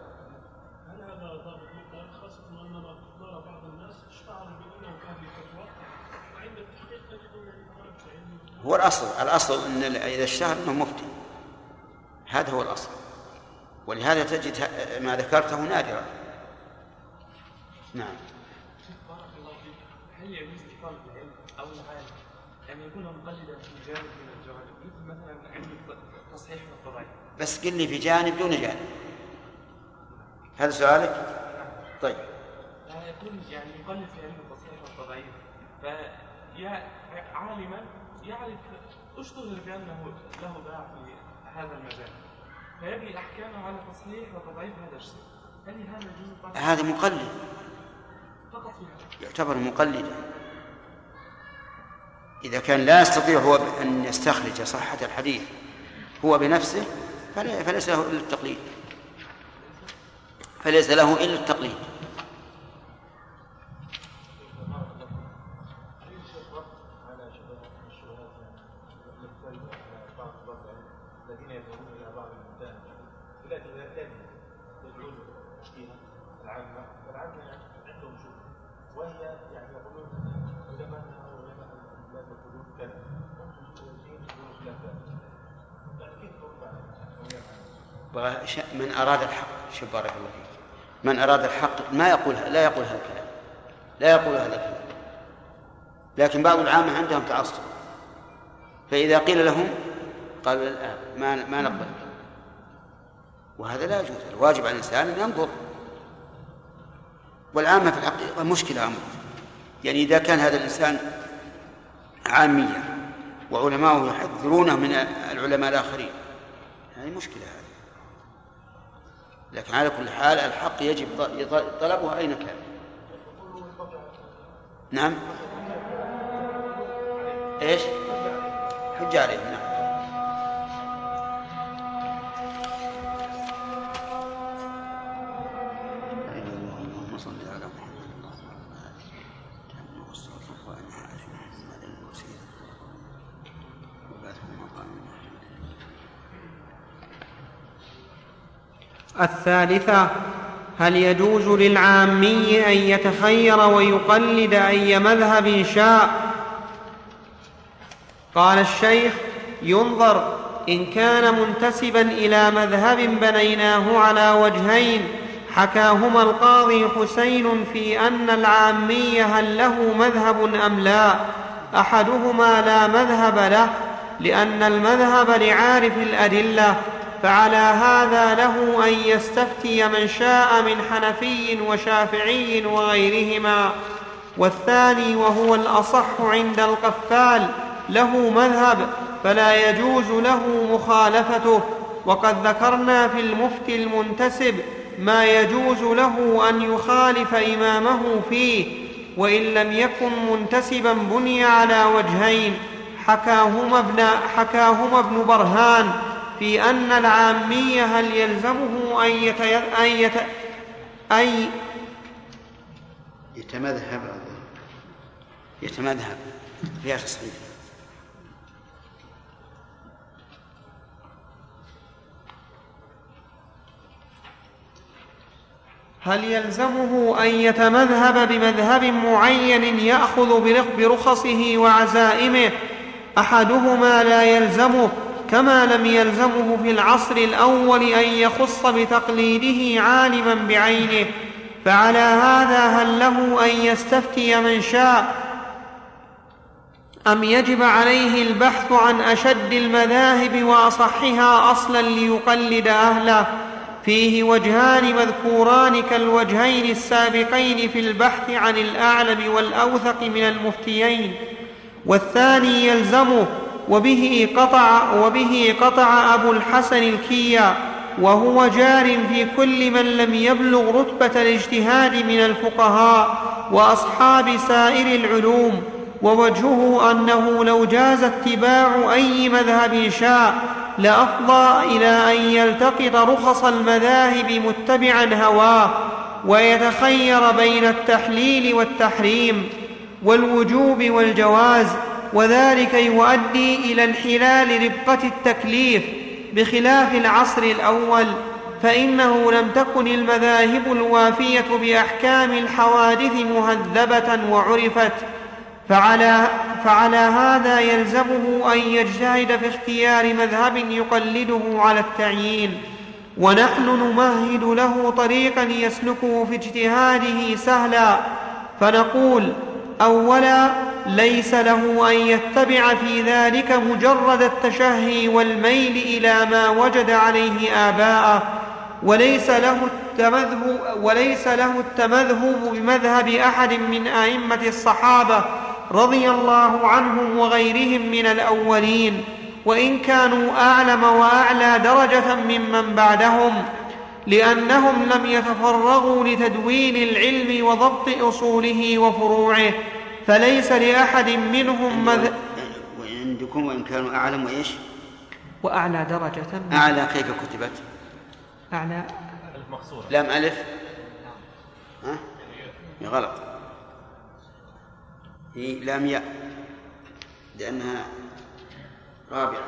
هو الأصل الأصل أن إذا اشتهر أنه مفتي، هذا هو الأصل، ولهذا تجد ما ذكرته نادرا. نعم. بارك الله فيك. هل يجوز لطالب العلم أو العالم أن يكون مقلدا في جانب من الجوانب، مثل مثلا عند التصحيح والتضعيف. بس قل لي في جانب دون جانب، هذا سؤالك؟ طيب. لا يكون يعني يقلد في علم التصحيح والتضعيف، فعالما يعرف اشتهر بأنه له باع في هذا المجال، فيبني أحكامه على تصحيح وتضعيف هذا الشيء. هل هذا يجوز؟ هذا مقلد، فقط فيها يعتبر مقلدا إذا كان لا يستطيع هو أن يستخرج صحة الحديث هو بنفسه، فليس له إلا التقليد، فليس له إلا التقليد. الذين يذهبون إلى بعض المنتهى ولكن إذا كان يدعون فيها العامة، فالعامة عندهم شبهة، وهي يعني يقولون علماء علماء لا يقولون كذا، وأنتم جالسين تقولون خلاف ذلك، يعني كيف نرد من أراد الحق، شوف بارك الله فيك، من أراد الحق ما يقول لا يقول هذا الكلام، لا يقول هذا الكلام، لكن بعض العامة عندهم تعصب، فإذا قيل لهم قالوا الآن ما ما نقبل، وهذا لا يجوز. الواجب على الإنسان أن ينظر. والعامة في الحقيقة مشكلة أمر، يعني إذا كان هذا الإنسان عامية وعلماءه يحذرونه من العلماء الآخرين، هذه مشكلة هذه. لكن على كل حال الحق يجب طلبه أين كان. نعم، إيش حج عليه. نعم. الثالثة: هل يجوز للعامي أن يتخير ويقلد أي مذهب شاء؟ قال الشيخ: ينظر، إن كان منتسبا إلى مذهب بنيناه على وجهين حكاهما القاضي حسين في أن العامي هل له مذهب أم لا. أحدهما لا مذهب له لأن المذهب لعارف الأدلة، فعلى هذا له أن يستفتي من شاء من حنفي وشافعي وغيرهما. والثاني وهو الأصح عند القفال له مذهب فلا يجوز له مخالفته، وقد ذكرنا في المفتي المنتسب ما يجوز له أن يخالف إمامه فيه، وإن لم يكن منتسبا بني على وجهين حكاهما ابن, حكاهما ابن برهان في أن العامي هل يلزمه أن, يتي... أن, يت... أن يتمذهب يتمذهب فيها تصحيح. هل يلزمه أن يتمذهب بمذهب معين يأخذ برخصه وعزائمه؟ أحدهما لا يلزمه، كما لم يلزمه في العصر الأول أن يخص بتقليده عالما بعينه. فعلى هذا هل له أن يستفتي من شاء أم يجب عليه البحث عن أشد المذاهب وأصحها أصلا ليقلد أهله؟ فيه وجهان مذكوران كالوجهين السابقين في البحث عن الأعلم والأوثق من المفتيين. والثاني يلزمه، وبه قطع, وبه قطع أبو الحسن الكيا، وهو جار في كل من لم يبلغ رتبة الاجتهاد من الفقهاء وأصحاب سائر العلوم. ووجهه أنه لو جاز اتباع أي مذهب شاء لأفضى إلى أن يلتقط رخص المذاهب متبعا هواه ويتخير بين التحليل والتحريم والوجوب والجواز، وذلك يؤدي إلى انحلال ربقة التكليف، بخلاف العصر الأول فإنه لم تكن المذاهب الوافية بأحكام الحوادث مهذبة وعرفت. فعلى, فعلى هذا يلزمه أن يجتهد في اختيار مذهب يقلده على التعيين، ونحن نمهد له طريقا يسلكه في اجتهاده سهلا. فنقول: أولا، ليس له أن يتبع في ذلك مجرد التشهي والميل إلى ما وجد عليه آباءه، وليس له التمذهب, وليس له التمذهب بمذهب أحد من أئمة الصحابة رضي الله عنهم وغيرهم من الأولين، وإن كانوا أعلم وأعلى درجة ممن بعدهم، لأنهم لم يتفرغوا لتدوين العلم وضبط أصوله وفروعه، فليس لأحد منهم مذهب. وعندكم وإن كانوا أعلم وإيش؟ وأعلى درجة. أعلى كيف كتبت؟ أعلى مقصورة. لام ألف. ها؟ غلط، هي لام ياء لأنها رابعة.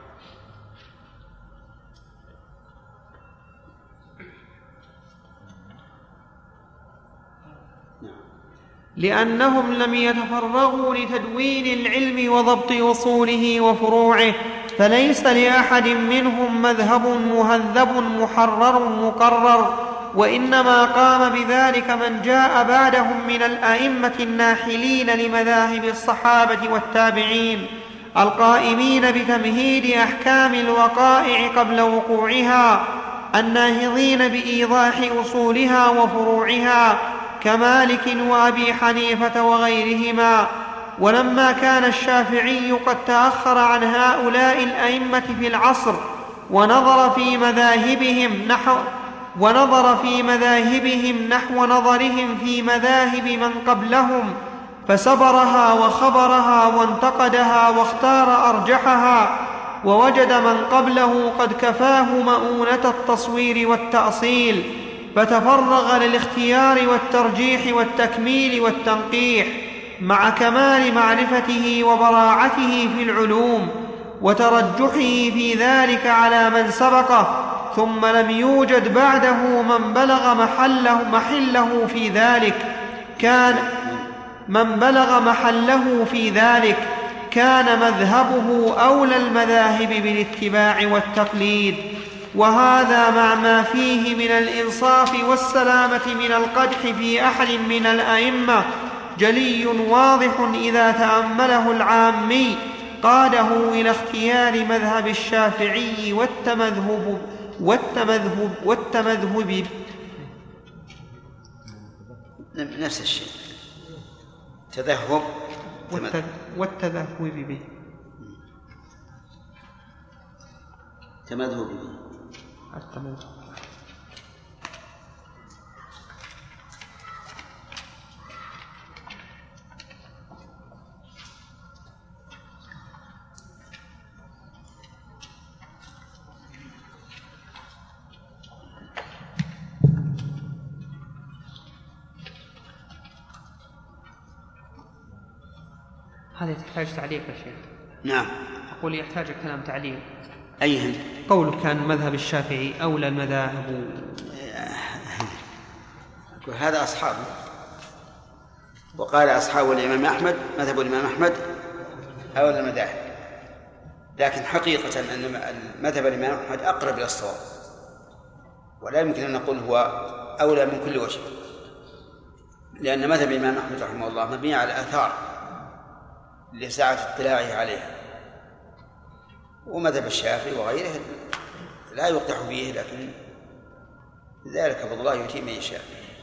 لأنهم لم يتفرغوا لتدوين العلم وضبط أصوله وفروعه، فليس لأحد منهم مذهب مهذب محرر مقرر، وإنما قام بذلك من جاء بعدهم من الأئمة الناحلين لمذاهب الصحابة والتابعين القائمين بتمهيد أحكام الوقائع قبل وقوعها، الناهضين بإيضاح أصولها وفروعها كمالك وأبي حنيفة وغيرهما. ولما كان الشافعي قد تأخر عن هؤلاء الأئمة في العصر ونظر في مذاهبهم نحو ونظر في مذاهبهم نحو نظرهم في مذاهب من قبلهم، فسبرها وخبرها وانتقدها واختار أرجحها، ووجد من قبله قد كفاه مؤونة التصوير والتأصيل، فتفرغ للاختيار والترجيح والتكميل والتنقيح مع كمال معرفته وبراعته في العلوم وترجحه في ذلك على من سبقه، ثم لم يوجد بعده من بلغ محله, محله في ذلك كان من بلغ محله في ذلك كان مذهبه أولى المذاهب بالاتباع والتقليد، وهذا مع ما فيه من الإنصاف والسلامة من القدح في أحد من الأئمة جلي واضح إذا تأمله العامي قاده إلى اختيار مذهب الشافعي والتمذهب والتمذهب والتمذهب نفس الشيء، تذهب والتذهب به تمذهب به التمذهب. هذا يحتاج تعليق يا شيخ. نعم. أقول يحتاج كلام تعليق. أيهم؟ قول كان مذهب الشافعي أولى المذاهب. هذا أصحابه، وقال أصحاب الإمام أحمد مذهب الإمام أحمد أولى المذاهب، لكن حقيقة أن مذهب الإمام أحمد أقرب إلى الصواب، ولا يمكن أن نقول هو أولى من كل وجه، لأن مذهب الإمام أحمد رحمه الله مبني على آثار لسعة اطلاعه عليها، ومذهب الشافعي وغيره لا يقدح فيه، لكن ذلك فضل الله يؤتيه من يشاء.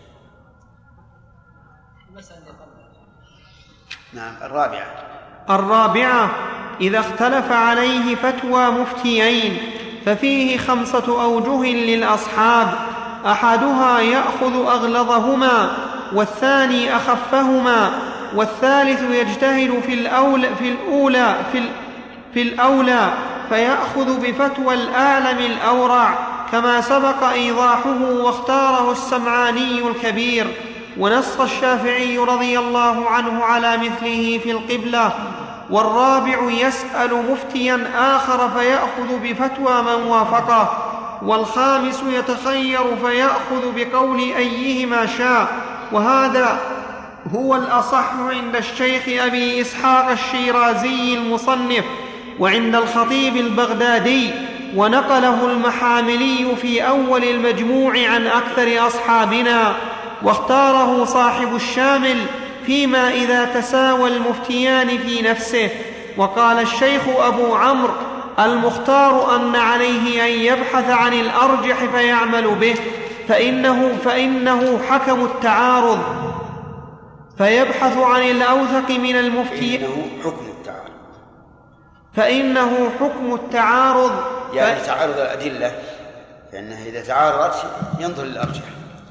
نعم. الرابعة الرابعة إذا اختلف عليه فتوى مفتيين ففيه خمسة أوجه للأصحاب، أحدها يأخذ أغلظهما، والثاني أخفهما، والثالث يجتهد في الأولى في الأولى في, في الأولى فيأخذ بفتوى الأعلم الأورع، كما سبق إيضاحه واختاره السمعاني الكبير، ونص الشافعي رضي الله عنه على مثله في القبلة. والرابع يسأل مفتيا آخر فيأخذ بفتوى من وافقه، والخامس يتخير فيأخذ بقول أيهما شاء، وهذا هو الأصح عند الشيخ أبي إسحاق الشيرازي المصنف، وعند الخطيب البغدادي، ونقله المحاملي في أول المجموع عن أكثر أصحابنا، واختاره صاحب الشامل فيما إذا تساوى المفتيان في نفسه. وقال الشيخ أبو عمرو: المختار أن عليه أن يبحث عن الأرجح فيعمل به، فإنه, فإنه حكم التعارض، فيبحث عن الأوثق من المفتي فإنه حكم التعارض فإنه حكم التعارض يعني ف... تعارض الأدلة، فإنها إذا تعارضت ينظر للأرجح.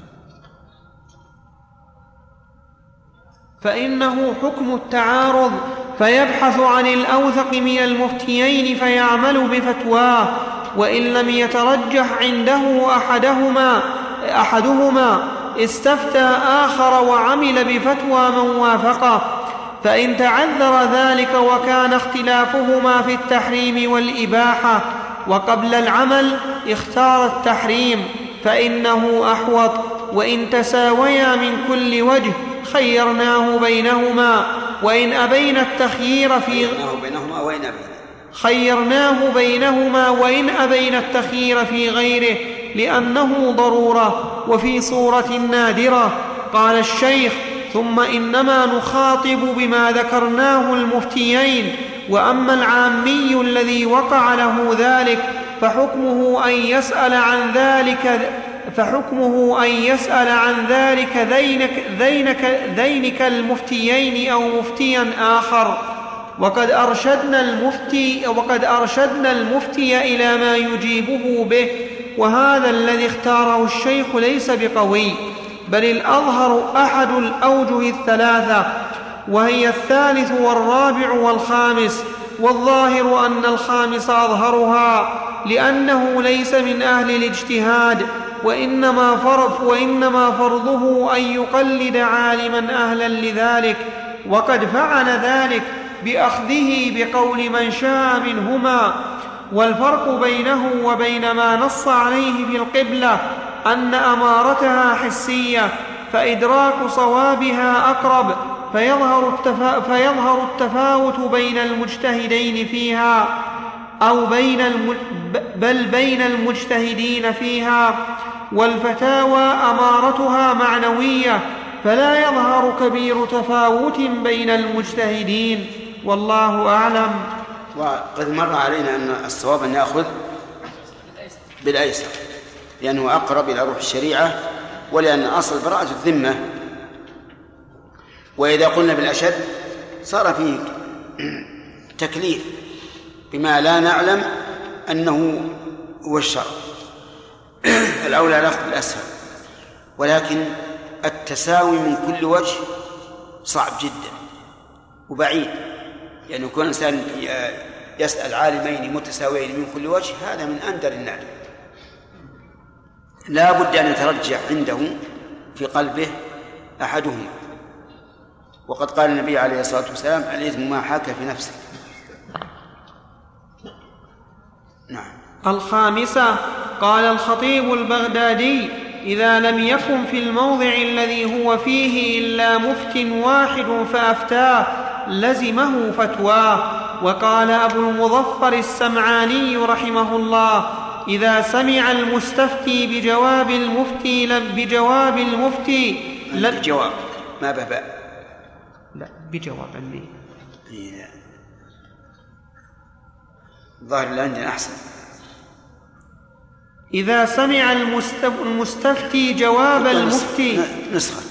فإنه حكم التعارض فيبحث عن الأوثق من المفتيين فيعمل بفتواه، وإن لم يترجح عنده أحدهما, أحدهما استفتى آخر وعمل بفتوى من وافقه. فإن تعذر ذلك وكان اختلافهما في التحريم والإباحة وقبل العمل اختار التحريم فإنه أحوط. وإن تساويا من كل وجه خيرناه بينهما، وإن أبينا التخيير في بينهما وإن أبينا خيرناه بينهما وإن أبينا التخيير في غيره، لأنه ضرورة وفي صورة نادرة. قال الشيخ: ثم إنما نخاطب بما ذكرناه المفتيين، وأما العامي الذي وقع له ذلك فحكمه أن يسأل عن ذلك فحكمه أن يسأل عن ذلك ذينك, ذينك, ذينك المفتيين أو مفتيا آخر. وقد أرشدنا المفتي وقد أرشدنا المفتي إلى ما يجيبه به، وهذا الذي اختاره الشيخ ليس بقوي، بل الأظهر أحد الأوجه الثلاثة، وهي الثالث والرابع والخامس، والظاهر أن الخامس أظهرها، لأنه ليس من أهل الاجتهاد، وإنما, فرض وإنما فرضه أن يقلد عالما أهلا لذلك، وقد فعل ذلك بأخذه بقول من شاء منهما. والفرق بينه وبين ما نص عليه في القبلة أن أمارتها حسية، فإدراك صوابها أقرب، فيظهر, التفا... فيظهر التفاوت بين المجتهدين فيها أو بين الم... بل بين المجتهدين فيها. والفتاوى أمارتها معنوية، فلا يظهر كبير تفاوت بين المجتهدين، والله أعلم. وقد مر علينا أن الصواب أن يأخذ بالأيسر، لأنه أقرب إلى روح الشريعة، ولأن أصل براءة الذمة. وإذا قلنا بالأشد صار فيه تكليف بما لا نعلم أنه هو الشرع، الأولى الأخذ بالأسهل. ولكن التساوي من كل وجه صعب جدا وبعيد، يعني يكون الإنسان يسأل عالمين متساويين من كل وجه، هذا من أندر النادر. لا بد أن يترجح عنده في قلبه أحدهما. وقد قال النبي عليه الصلاة والسلام: الإثم ما حاك في نفسه. نعم. الخامسة: قال الخطيب البغدادي: إذا لم يكن في الموضع الذي هو فيه إلا مفت واحد فأفتاه لزمه فتواه. وقال أبو المظفر السمعاني رحمه الله: إذا سمع المستفتي بجواب المفتي لم بجواب المفتي لم بجواب ما بباء لا بجواب عني ظاهر اللي عندنا أحسن. إذا سمع المستفتي جواب المفتي نسخة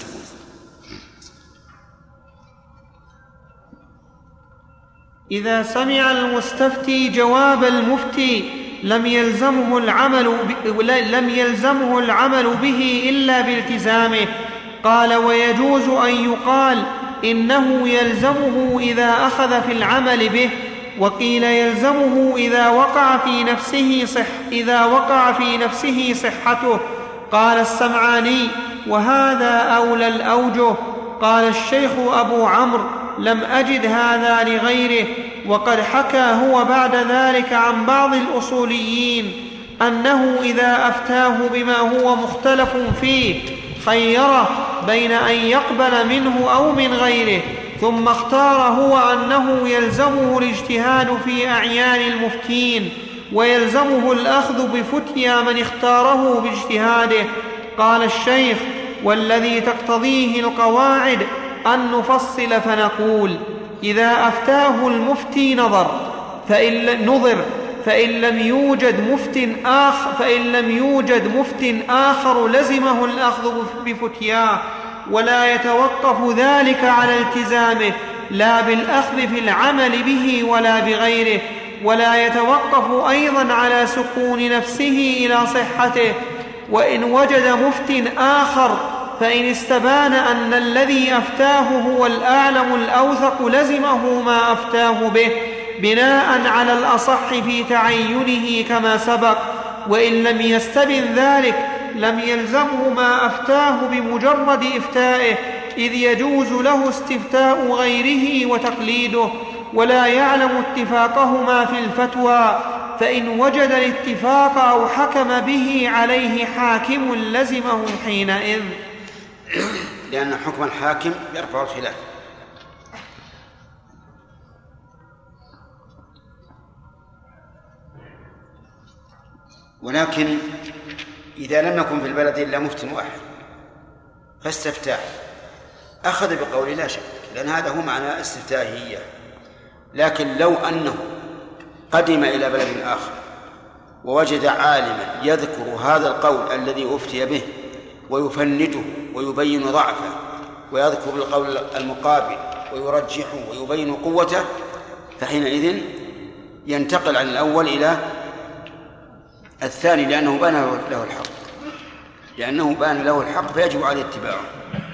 إذا سمع المستفتي جواب المفتي لم يلزمه العمل ب... لم يلزمه العمل به إلا بالتزامه. قال: ويجوز أن يقال إنه يلزمه إذا أخذ في العمل به، وقيل يلزمه إذا وقع في نفسه صح إذا وقع في نفسه صحته. قال السمعاني: وهذا أولى الأوجه. قال الشيخ أبو عمرو: لم أجد هذا لغيره. وقد حكى هو بعد ذلك عن بعض الأصوليين أنه إذا أفتاه بما هو مختلف فيه خيره بين أن يقبل منه أو من غيره، ثم اختار هو أنه يلزمه الاجتهاد في أعيان المفتين، ويلزمه الأخذ بفتيا من اختاره باجتهاده. قال الشيخ: والذي تقتضيه القواعد أن نفصل فنقول: إذا أفتاه المفتي نظر فإن نظر فإن لم يوجد مفت آخر فإن لم يوجد مفت آخر لزمه الأخذ بفتياه، ولا يتوقف ذلك على التزامه لا بالأخذ في العمل به ولا بغيره، ولا يتوقف أيضا على سكون نفسه إلى صحته. وإن وجد مفت آخر فإن استبان أن الذي أفتاه هو الأعلم الأوثق لزمه ما أفتاه به بناء على الأصح في تعينه كما سبق، وإن لم يستبن ذلك لم يلزمه ما أفتاه بمجرد إفتائه، إذ يجوز له استفتاء غيره وتقليده، ولا يعلم اتفاقهما في الفتوى، فإن وجد الاتفاق أو حكم به عليه حاكم لزمه حينئذ، لأن حكم الحاكم يرفع الخلاف. ولكن إذا لم يكن في البلد إلا مفت واحد فاستفتاه أخذ بقول لا شك، لأن هذا هو معنى استفتاهية. لكن لو أنه قدم إلى بلد آخر ووجد عالما يذكر هذا القول الذي أفتي به ويفنده ويبين ضعفه، ويذكر القول المقابل ويرجحه ويبين قوته، فحينئذ ينتقل عن الأول إلى الثاني، لأنه بان له الحق لأنه بان له الحق فيجب عليه اتباعه.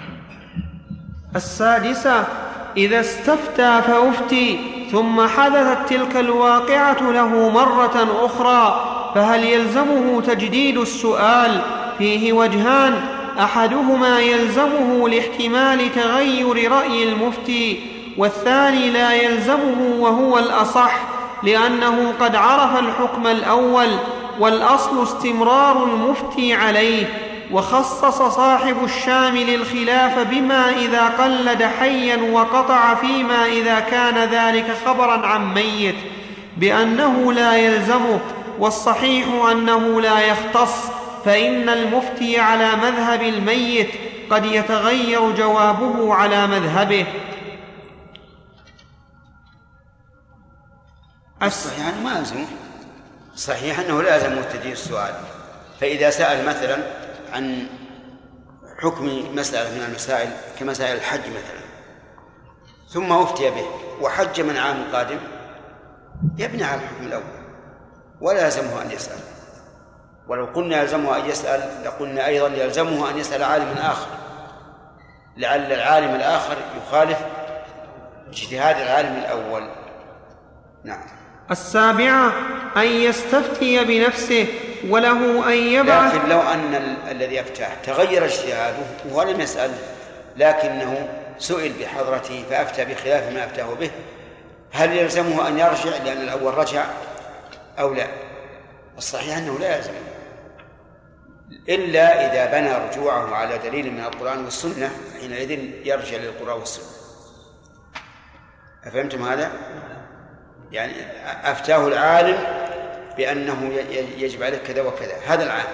السادسة: إذا استفتى فأفتي ثم حدثت تلك الواقعة له مرة أخرى فهل يلزمه تجديد السؤال؟ فيه وجهان: أحدهما يلزمه لاحتمال تغير رأي المفتي، والثاني لا يلزمه وهو الأصح، لأنه قد عرف الحكم الأول، والأصل استمرار المفتي عليه. وخصص صاحب الشامل الخلاف بما إذا قلد حيا وقطع فيما إذا كان ذلك خبرا عن ميت بأنه لا يلزمه، والصحيح أنه لا يختص، فإن المفتي على مذهب الميت قد يتغير جوابه على مذهبه. الصحيح يعني ما يلزمه، صحيح أنه لازم تجديد السؤال. فإذا سأل مثلا عن حكم مسألة من المسائل كمسائل الحج مثلا، ثم أفتي به وحج من عام قادم، يبني على الحكم الأول ولا يلزمه أن يسأل. ولو قلنا يلزمه أن يسأل لقلنا أيضا يلزمه أن يسأل عالما آخر، لعل العالم الآخر يخالف اجتهاد العالم الأول. نعم. السابعة: أن يستفتي بنفسه وله أن يبعث. لكن لو أن ال- الذي أفتاه تغير اجتهاده ولم يسأل، لكنه سئل بحضرته فأفتى بخلاف ما أفتاه به، هل يلزمه أن يرجع لأن الأول رجع أو لا؟ الصحيح أنه لا يلزم، إلا إذا بنى رجوعه على دليل من القرآن والسنة، حينئذ يرجع للقرآن والسنة. أفهمتم هذا؟ يعني أفتاه العالم بأنه يجب عليه كذا وكذا، هذا العالم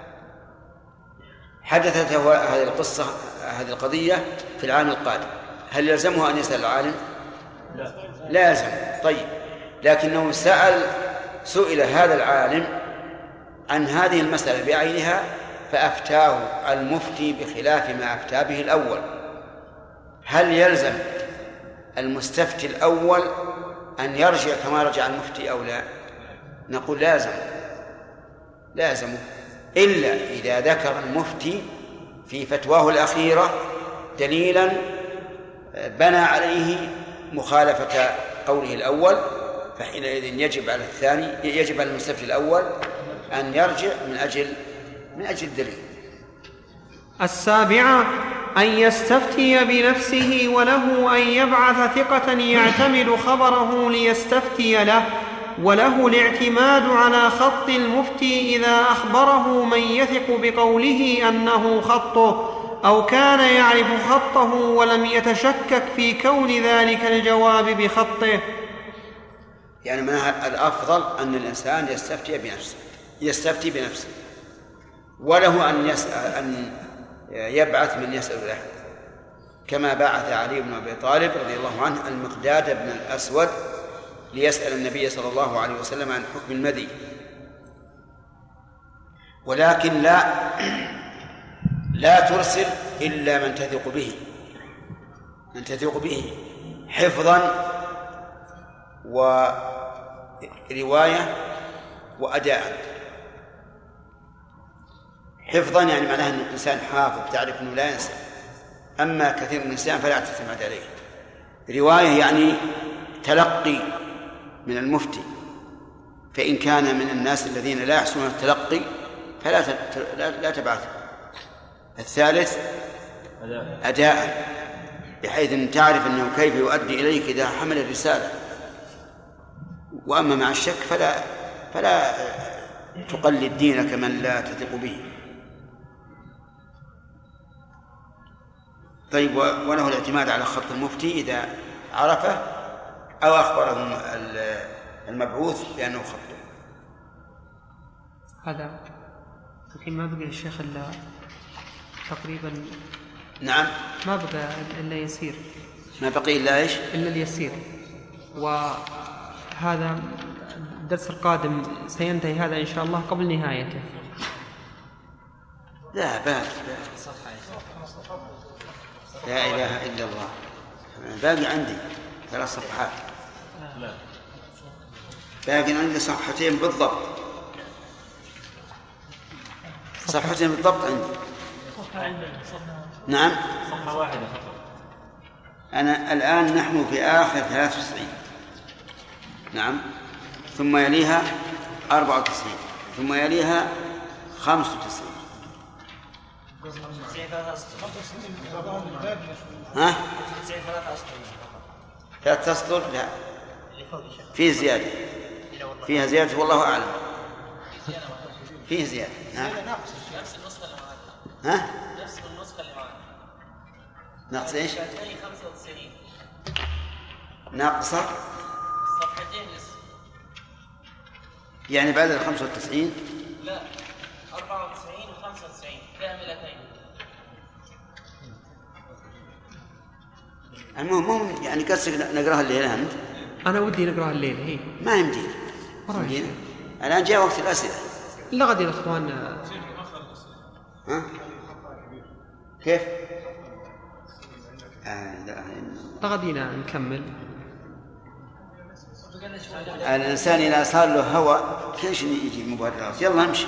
حدثت هذه القصة هذه القضية في العام القادم، هل يلزمه أن يسأل العالم؟ لا, لا يلزم. طيب، لكنه سأل سئل هذا العالم عن هذه المسألة بعينها فأفتاه المفتي بخلاف ما أفتى به الأول، هل يلزم المستفتي الأول أن يرجع كما رجع المفتي أو لا؟ نقول لازم لازم إلا إذا ذكر المفتي في فتواه الأخيرة دليلا بنى عليه مخالفة قوله الأول، فحينئذ يجب على الثاني يجب على المستفتي الأول أن يرجع من أجل من أجل الدليل. السابعة: أن يستفتي بنفسه وله أن يبعث ثقة يعتمد خبره ليستفتي له، وله الاعتماد على خط المفتي إذا أخبره من يثق بقوله أنه خطه، أو كان يعرف خطه ولم يتشكك في كون ذلك الجواب بخطه. يعني من الأفضل أن الإنسان يستفتي بنفسه يستفتي بنفسه وله أن يسأل أن يبعث من يسأل له، كما بعث علي بن أبي طالب رضي الله عنه المقداد بن الأسود ليسأل النبي صلى الله عليه وسلم عن حكم المذي، ولكن لا لا ترسل إلا من تثق به من تثق به حفظا ورواية وأداء. حفظا يعني معناه أن الإنسان حافظ تعرف أنه لا ينسى، أما كثير من الإنسان فلا تعتمد عليه. رواية يعني تلقي من المفتي، فإن كان من الناس الذين لا يحسنون التلقي فلا لا تبعثه. الثالث أداء، بحيث أن تعرف أنه كيف يؤدي إليك إذا حمل الرسالة. وأما مع الشك فلا فلا تقلد دينك من لا تثق به. طيب، وله الاعتماد على خط المفتي إذا عرفه أو أخبره المبعوث بأنه خطه. هذا الحين ما بقي الشيخ إلا تقريبا. نعم، ما بقى إلا يسير. ما بقي إلا إيش؟ إلا اليسير. وهذا الدرس القادم سينتهي هذا إن شاء الله قبل نهايته. لا باقي لا إله إلا الله، باقي عندي ثلاث صفحات، باقي عندي صفحتين بالضبط، صفحتين بالضبط عندي. نعم، صفحة واحدة. أنا الآن نحن في آخر ثلاث وتسعين، نعم، ثم يليها أربعة وتسعين، ثم يليها خمس وتسعين. ها؟ ثلاث أسطر؟ لا، فيه زيادة، فيها زيادة والله أعلم، فيه زيادة. نعم. ها؟ ناقص ايش؟ ناقصة صفحتين نصف، يعني بعد الخمسة وتسعين؟ لا، أربعة وتسعين وخمسة وتسعين كاملتين. المهم يعني قصدك نقراها الليلة أنت؟ أنا ودي نقراها الليلة. هي ما يمدينا الآن جاء وقت الأسئلة. لا غد يا أخوان. ها؟ كيف؟ آه غدينا نكمل. الإنسان إذا صار له هوى كيش يجي مبررات. يلا امشي.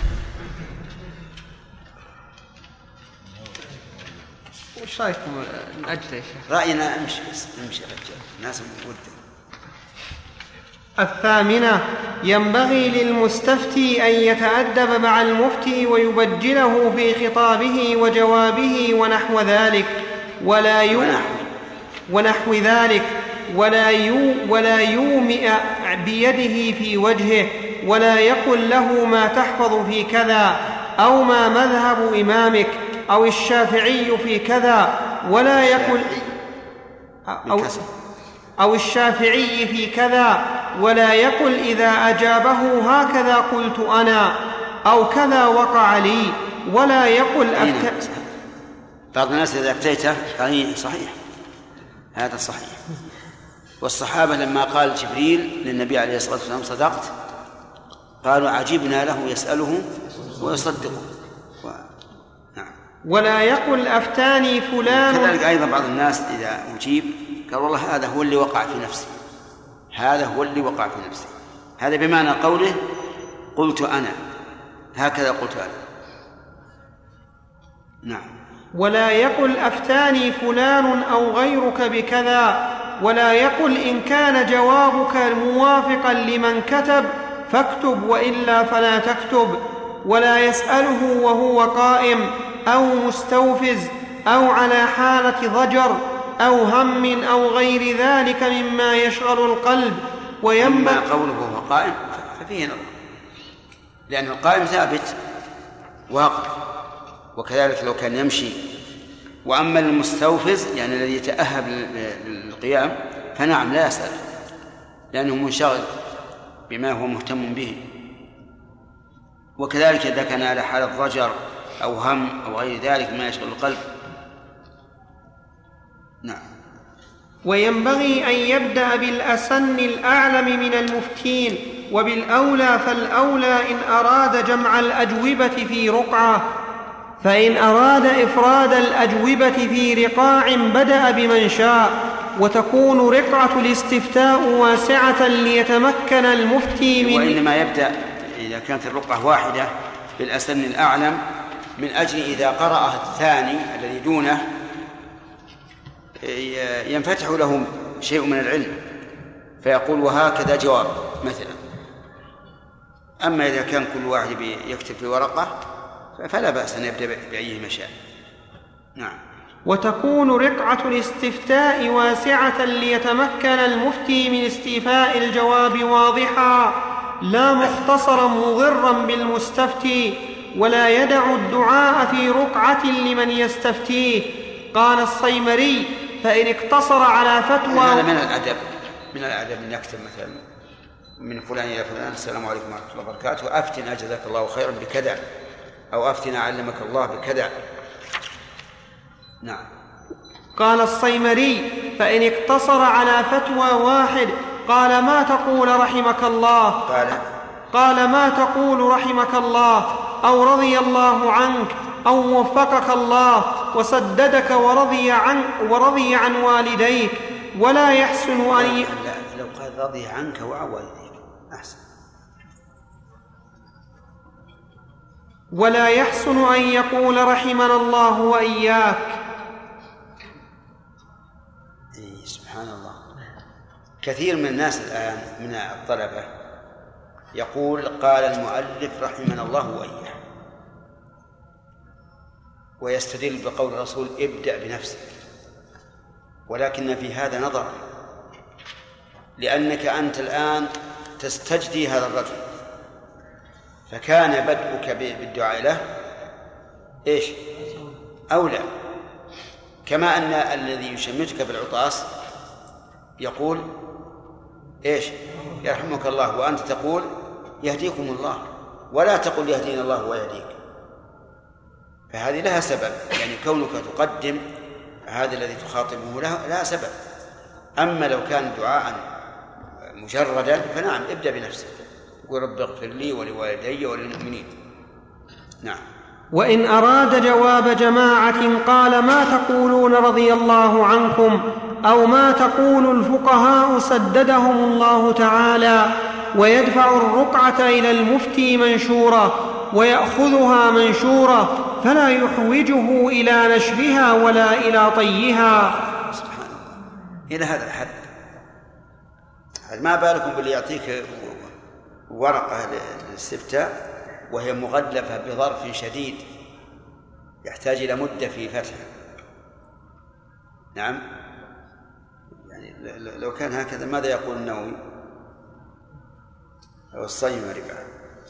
وش رأيكم نأجل يا شيخ؟ رأينا امشي بس امشي يا رجال، الناس ودهم. الثامنة: ينبغي للمستفتي أن يتأدب مع المفتي ويبجله في خطابه وجوابه ونحو ذلك، ولا يو ونحو ذلك ولا يو ولا يومئ بيده في وجهه، ولا يقل له ما تحفظ في كذا، أو ما مذهب إمامك، أو الشافعي في كذا، ولا يقل أو, أو الشافعي في كذا، ولا يقل إذا أجابه هكذا قلت أنا، أو كذا وقع لي، ولا يقل أفت... بعض الناس إذا أفتيته قال صحيح، هذا صحيح. والصحابة لما قال جبريل للنبي عليه الصلاة والسلام صدقت، قالوا عجبنا له يسأله ويصدقه. و... نعم. ولا يقل أفتاني فلان. كذلك أيضا بعض الناس إذا أجيب قال والله هذا هو اللي وقع في نفسي، هذا هو اللي وقع في نفسي، هذا بمعنى قوله قلت أنا، هكذا قلت أنا. نعم. ولا يقل أفتاني فلان أو غيرك بكذا، ولا يقل إن كان جوابك موافقا لمن كتب فاكتب وإلا فلا تكتب، ولا يسأله وهو قائم أو مستوفز أو على حالة ضجر أو هم أو غير ذلك مما يشغل القلب. وينبغي قوله وهو قائم ففيه نظر، لأن القائم ثابت واقع، وكذلك لو كان يمشي. وأما المستوفز يعني الذي يتأهب للقيام فنعم لا يسأل، لأنه منشغل بما هو مهتم به. وكذلك إذا كان على حالة ضجر أو هم أو غير ذلك ما يشغل القلب. وينبغي أن يبدأ بالأسن الأعلم من المفتين، وبالأولى فالأولى إن أراد جمع الأجوبة في رقعة، فإن أراد إفراد الأجوبة في رقاع بدأ بمن شاء، وتكون رقعة الاستفتاء واسعة ليتمكن المفتي من وإنما يبدأ إذا كانت الرقعة واحدة بالأسن الأعلم من أجل إذا قرأ الثاني الذي دونه ينفتح له شيء من العلم فيقول وهكذا جواب مثلا. أما إذا كان كل واحد يكتب في ورقة فلا بأس أن يبدأ بأيه مشاء. نعم. وتكون رقعة الاستفتاء واسعة ليتمكن المفتي من استيفاء الجواب واضحا لا مختصرا مضرا بالمستفتي، ولا يدع الدعاء في رقعة لمن يستفتيه. قال الصيمري: فإن اقتصر على فتوى. هذا من الأدب من الأدب أن يكتب مثلا من فلان إلى فلان: السلام عليكم ورحمة الله وبركاته، أفتنا جزاك الله خيرا بكذا، أو أفتنا علمك الله بكذا. نعم. قال الصيمري: فإن اقتصر على فتوى واحد قال: ما تقول رحمك الله؟ قال قال: ما تقول رحمك الله، أو رضي الله عنك، أو وفقك الله وسددك ورضي عن ورضي عن والديك. ولا يحسن أن ي... لو قال رضي عنك وعن والديك أحسن. ولا يحسن أن يقول رحمنا الله وإياك. إيه سبحان الله. كثير من الناس الآن من الطلبة يقول قال المؤلف رحمنا الله وإياه، ويستدل بقول الرسول ابدأ بنفسك، ولكن في هذا نظر، لأنك أنت الآن تستجدي هذا الرجل، فكان بدءك بالدعاء له إيش أولى، كما أن الذي يشمتك بالعطاس يقول إيش يرحمك الله، وأنت تقول يهديكم الله، ولا تقول يهدينا الله ويهديك. فهذه لها سبب، يعني كونك تقدم هذا الذي تخاطبه لها لها سبب. أما لو كان دعاء مجردا فنعم ابدأ بنفسك، قل رب اغفر لي ولوالدي وللمؤمنين. نعم. وإن أراد جواب جماعة قال: ما تقولون رضي الله عنكم، أو ما تقول الفقهاء سددهم الله تعالى، ويدفع الرقعة إلى المفتي منشورة ويأخذها منشورة، فلا يحوجه إلى نشرها ولا إلى طيها. سبحان الله. إلى هذا الحد ما بالكم باللي يعطيك ورقة للاستفتاء وهي مغلفة بظرف شديد يحتاج إلى مدة في فتحها. نعم. يعني لو كان هكذا ماذا يقول النووي أو الصيمري بعد؟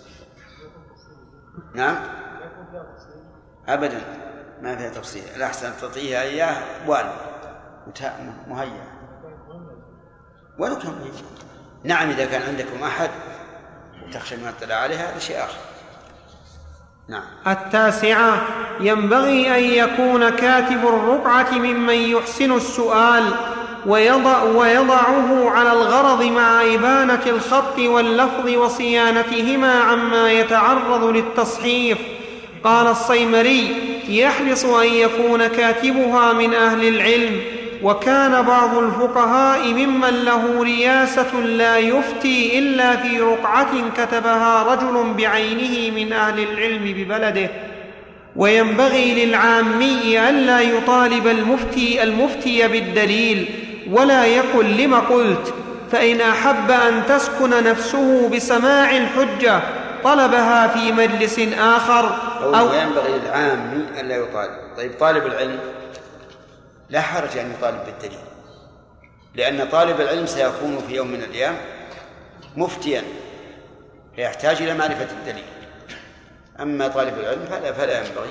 نعم أبدا ما فيها تفصيل. الأحسن تعطيها إياه وان مهيأ ولو كان مهيأ. نعم إذا كان عندكم أحد وتخشى ما اطلع عليها هذا شيء آخر. نعم. التاسعة: ينبغي أن يكون كاتب الرقعة ممن يحسن السؤال ويضع ويضعه على الغرض مع إبانة الخط واللفظ وصيانتهما عما يتعرض للتصحيف. قال الصيمري: يحرص أن يكون كاتبها من أهل العلم. وكان بعض الفقهاء ممن له رياسة لا يفتي إلا في رقعة كتبها رجل بعينه من أهل العلم ببلده. وينبغي للعامي ألا يطالب المفتي المفتي بالدليل، ولا يقل لم قلت، فإن أحب أن تسكن نفسه بسماع الحجة طلبها في مجلس آخر. أو ينبغي للعامي ألا يطالب. طيب طالب العلم لا حرج أن يطالب بالدليل، لأن طالب العلم سيكون في يوم من الأيام مفتيا فيحتاج إلى معرفة الدليل. أما طالب العلم فلا, فلا ينبغي.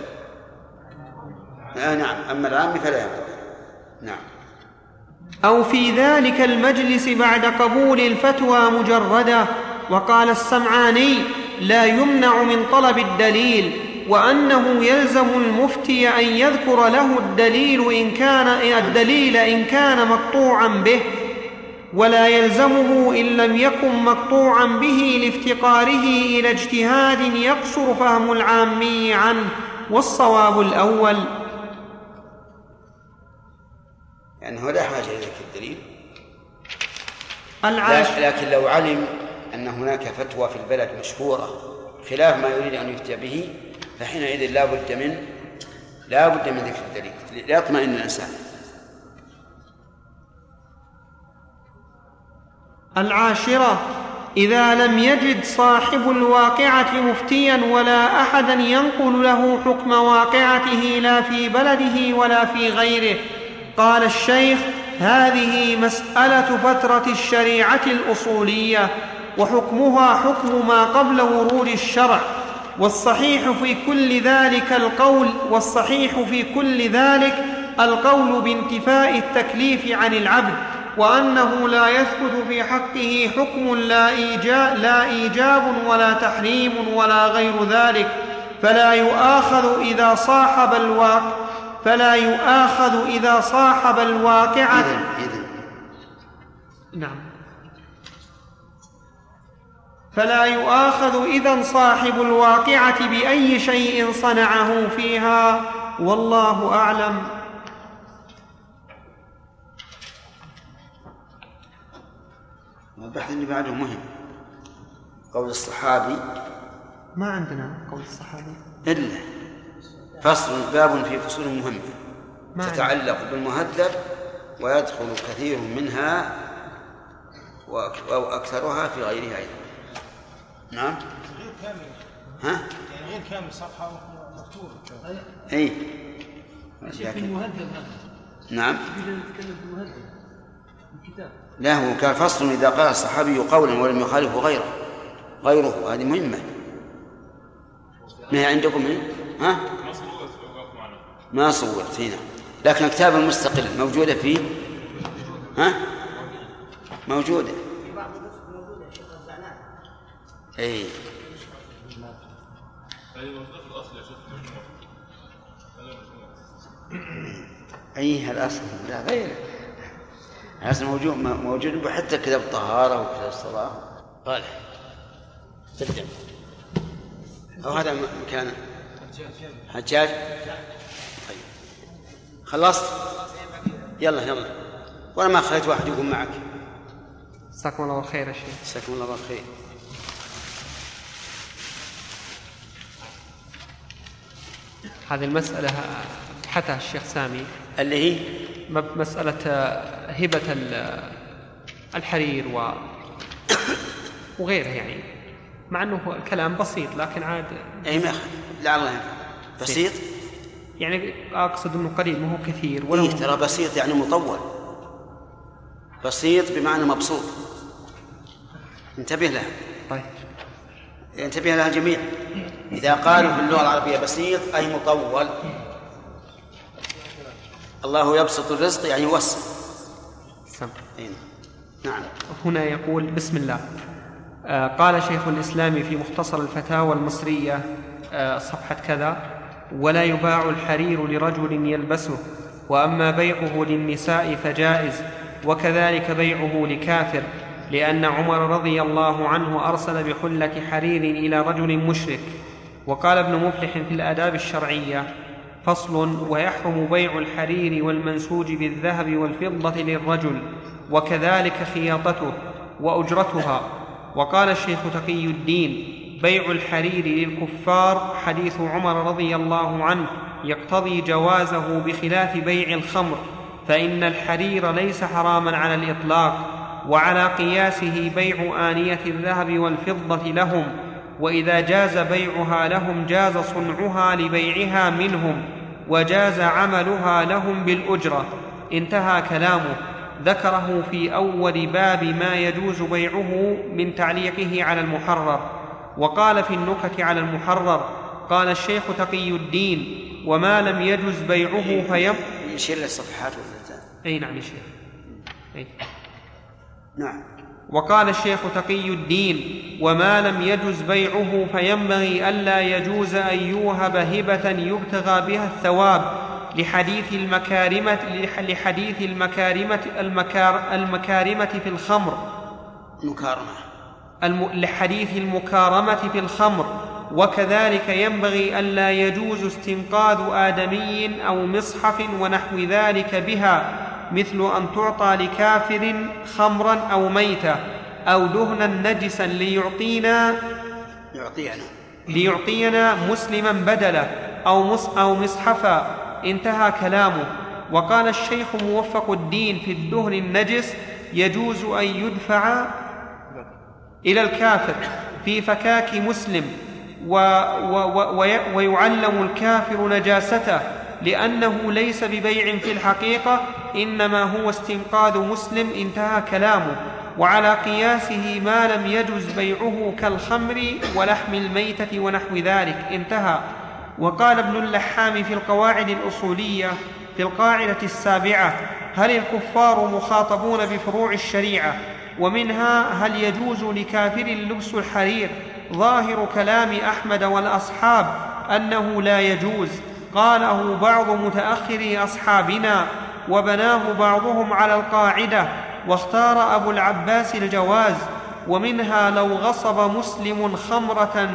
آه نعم. أما العام فلا ينبغي. نعم. أو في ذلك المجلس بعد قبول الفتوى مجردة. وقال السمعاني: لا يمنع من طلب الدليل، وأنه يلزم المفتي أن يذكر له الدليل إن كان الدليل إن كان مقطوعا به، ولا يلزمه إن لم يكن مقطوعا به لافتقاره إلى اجتهاد يقصر فهم العامي عنه، والصواب الأول. يعني هو لا حاجة إلى الدليل، العاش لكن لو علم أن هناك فتوى في البلد مشهورة خلاف ما يريد أن يفتي به فحينئذ لا بد من لا بد من ذكر الدليل ليطمئن الإنسان. العاشرة: إذا لم يجد صاحب الواقعة مفتيا ولا أحدا ينقل له حكم واقعته لا في بلده ولا في غيره. قال الشيخ: هذه مسألة فترة الشريعة الأصولية، وحكمها حكم ما قبل ورود الشرع، والصحيح في كل ذلك القول والصحيح في كل ذلك القول بانتفاء التكليف عن العبد، وأنه لا يثبت في حقه حكم لا إيجاب, لا إيجاب ولا تحريم ولا غير ذلك، فلا يؤاخذ إذا صاحب الواقع فلا يؤاخذ إذا صاحب الواقعة إذن إذن. نعم فلا يؤاخذ إذن صاحب الواقعة بأي شيء صنعه فيها، والله أعلم. البحث اللي بعده مهم. قول الصحابي ما عندنا قول الصحابي إلا فصل باب في فصول مهمة تتعلق بالمهذب ويدخل كثير منها وأكثرها في غيرها أيضا. نعم غير كامل. ها؟ يعني غير كامل صفحة مكتوبة. أي في المهذب هذا. نعم. بدنا نتكلم في المهذب الكتاب. لا هو كان فصل إذا قال الصحابي قولا ولم يخالفه غيره غيره هذه مهمة. ما هي عندكم هي؟ ها؟ ما صورت هنا، لكن كتاب المستقل موجودة فيه. ها؟ موجودة. أي. أي الأصل لا غيره. الأصل موجود موجود حتى كتاب الطهارة وكتاب الصلاة. صالح. سجل. أو هذا مكان حجاج. طيب. خلصت؟ يلا يلا. وأنا ما خليت واحد يقوم معك. جزاكم الله خير يا شيخ. جزاكم الله خير. هذه المسألة حتى الشيخ سامي اللي هي مسألة هبة الحرير و وغيره، يعني مع أنه الكلام بسيط لكن عاد أي ما لا الله بسيط، يعني أقصد أنه قليل ما هو كثير ولا إيه ترى بسيط يعني مطول، بسيط بمعنى مبسوط. انتبه لها. طيب انتبه لها الجميع. إذا قالوا في اللغة العربية بسيط أي مطول. الله يبسط الرزق يعني يوسع. سم. نعم. هنا يقول بسم الله. آه قال شيخ الإسلام في مختصر الفتاوى المصرية آه صفحة كذا: ولا يباع الحرير لرجل يلبسه، وأما بيعه للنساء فجائز، وكذلك بيعه لكافر، لأن عمر رضي الله عنه أرسل بحلة حرير إلى رجل مشرك. وقال ابن مفلح في الآداب الشرعية: فصل: ويحرم بيع الحرير والمنسوج بالذهب والفضة للرجل، وكذلك خياطته وأجرتها. وقال الشيخ تقي الدين: بيع الحرير للكفار حديث عمر رضي الله عنه يقتضي جوازه بخلاف بيع الخمر، فإن الحرير ليس حراما على الإطلاق، وعلى قياسه بيع آنية الذهب والفضة لهم، وإذا جاز بيعها لهم جاز صنعها لبيعها منهم، وجاز عملها لهم بالأجرة. انتهى كلامه. ذكره في أول باب ما يجوز بيعه من تعليقه على المحرر. وقال في النكت على المحرر: قال الشيخ تقي الدين: وما لم يجوز بيعه فيب يشير للصفحات والذات. أي نعم يا شيخ. أي نعم. وقال الشيخ تقي الدين: وما لم يجز بيعه فينبغي ألا يجوز أن يوهب هبة يبتغى بها الثواب، لحديث المكارمة لحديث المكارمة المكار المكارمة في الخمر مكارمة الم لحديث المكارمة في الخمر. وكذلك ينبغي ألا يجوز استنقاذ آدمي أو مصحف ونحو ذلك بها، مثل أن تعطى لكافر خمرا أو ميتة أو دهنا نجسا ليعطينا يعطينا ليعطينا مسلما بدله أو, مص أو مصحفا. انتهى كلامه. وقال الشيخ موفق الدين في الدهن النجس: يجوز أن يدفع إلى الكافر في فكاك مسلم و و و ويعلم الكافر نجاسته، لأنه ليس ببيع في الحقيقة، إنما هو استنقاذ مسلم. انتهى كلامه. وعلى قياسه ما لم يجز بيعه كالخمر ولحم الميتة ونحو ذلك. انتهى. وقال ابن اللحام في القواعد الأصولية في القاعدة السابعة: هل الكفار مخاطبون بفروع الشريعة؟ ومنها: هل يجوز لكافر لبس الحرير؟ ظاهر كلام أحمد والأصحاب أنه لا يجوز. قاله بعض متأخري أصحابنا وبناه بعضهم على القاعدة، واختار أبو العباس الجواز. ومنها: لو غصب مسلم خمرة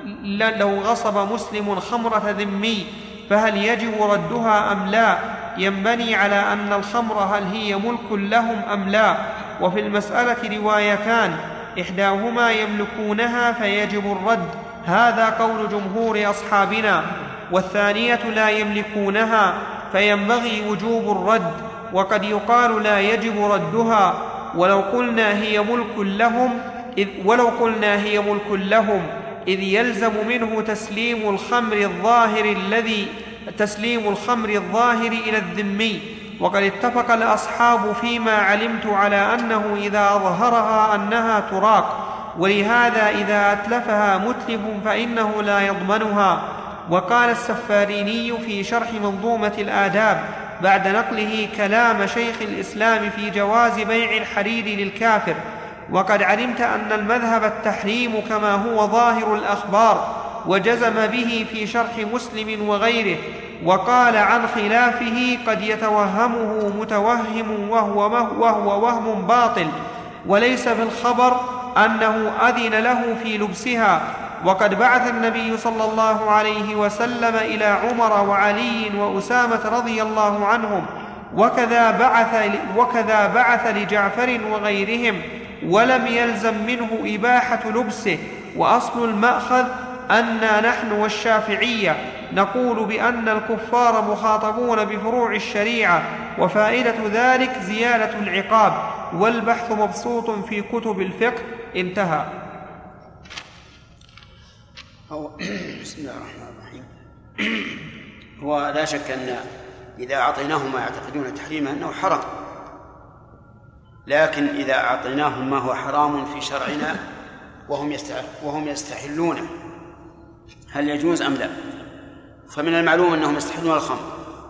لو غصب مسلم خمرة ذمي فهل يجب ردها أم لا؟ ينبني على أن الخمر هل هي ملك لهم أم لا. وفي المسألة روايتان: إحداهما يملكونها فيجب الرد، هذا قول جمهور أصحابنا، والثانية لا يملكونها فينبغي وجوب الرد. وقد يقال لا يجب ردها، ولو قلنا هي ملك لهم إذ ولو قلنا هي ملك لهم إذ يلزم منه تسليم الخمر الظاهر الذي تسليم الخمر الظاهر إلى الذمي. وقد اتفق الأصحاب فيما علمت على أنه إذا أظهرها أنها تراق، ولهذا إذا أتلفها متلف فإنه لا يضمنها. وقال السفاريني في شرح منظومة الآداب بعد نقله كلام شيخ الإسلام في جواز بيع الحرير للكافر: وقد علمت أن المذهب التحريم كما هو ظاهر الأخبار، وجزم به في شرح مسلم وغيره. وقال عن خلافه: قد يتوهمه متوهم وهو, وهو وهم باطل، وليس في الخبر أنه أذن له في لبسها. وقد بعث النبي صلى الله عليه وسلم إلى عمر وعلي وأسامة رضي الله عنهم، وكذا بعث, وكذا بعث لجعفر وغيرهم، ولم يلزم منه إباحة لبسه. وأصل المأخذ أننا نحن والشافعية نقول بأن الكفار مخاطبون بفروع الشريعة، وفائدة ذلك زيادة العقاب، والبحث مبسوط في كتب الفقه. انتهى. بسم الله الرحمن الرحيم. هو لا شك أن إذا أعطيناهم ما يعتقدون تحريمه أنه حرام، لكن إذا أعطيناهم ما هو حرام في شرعنا وهم وهم يستحلونه هل يجوز أم لا؟ فمن المعلوم أنهم يستحلون الخمر،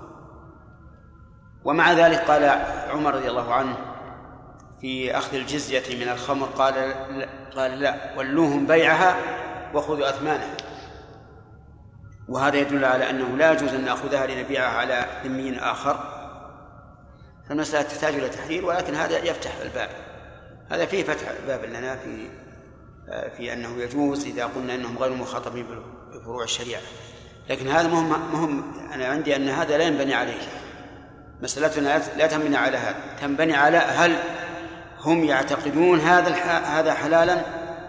ومع ذلك قال عمر رضي الله عنه في أخذ الجزية من الخمر قال لا, قال لا ولوهم بيعها وخذوا أثمانها. وهذا يدل على أنه لا يجوز أن نأخذها لنبيعها على ذمي آخر. فالمسألة تحتاج إلى تحرير، ولكن هذا يفتح الباب، هذا فيه فتح باب لنا في في أنه يجوز إذا قلنا أنهم غير مخاطبين بفروع الشريعة. لكن هذا مهم, مهم أنا عندي أن هذا لا ينبني عليه، مسألتنا لا تنبني على هذا، تنبني على هل هم يعتقدون هذا هذا حلالا.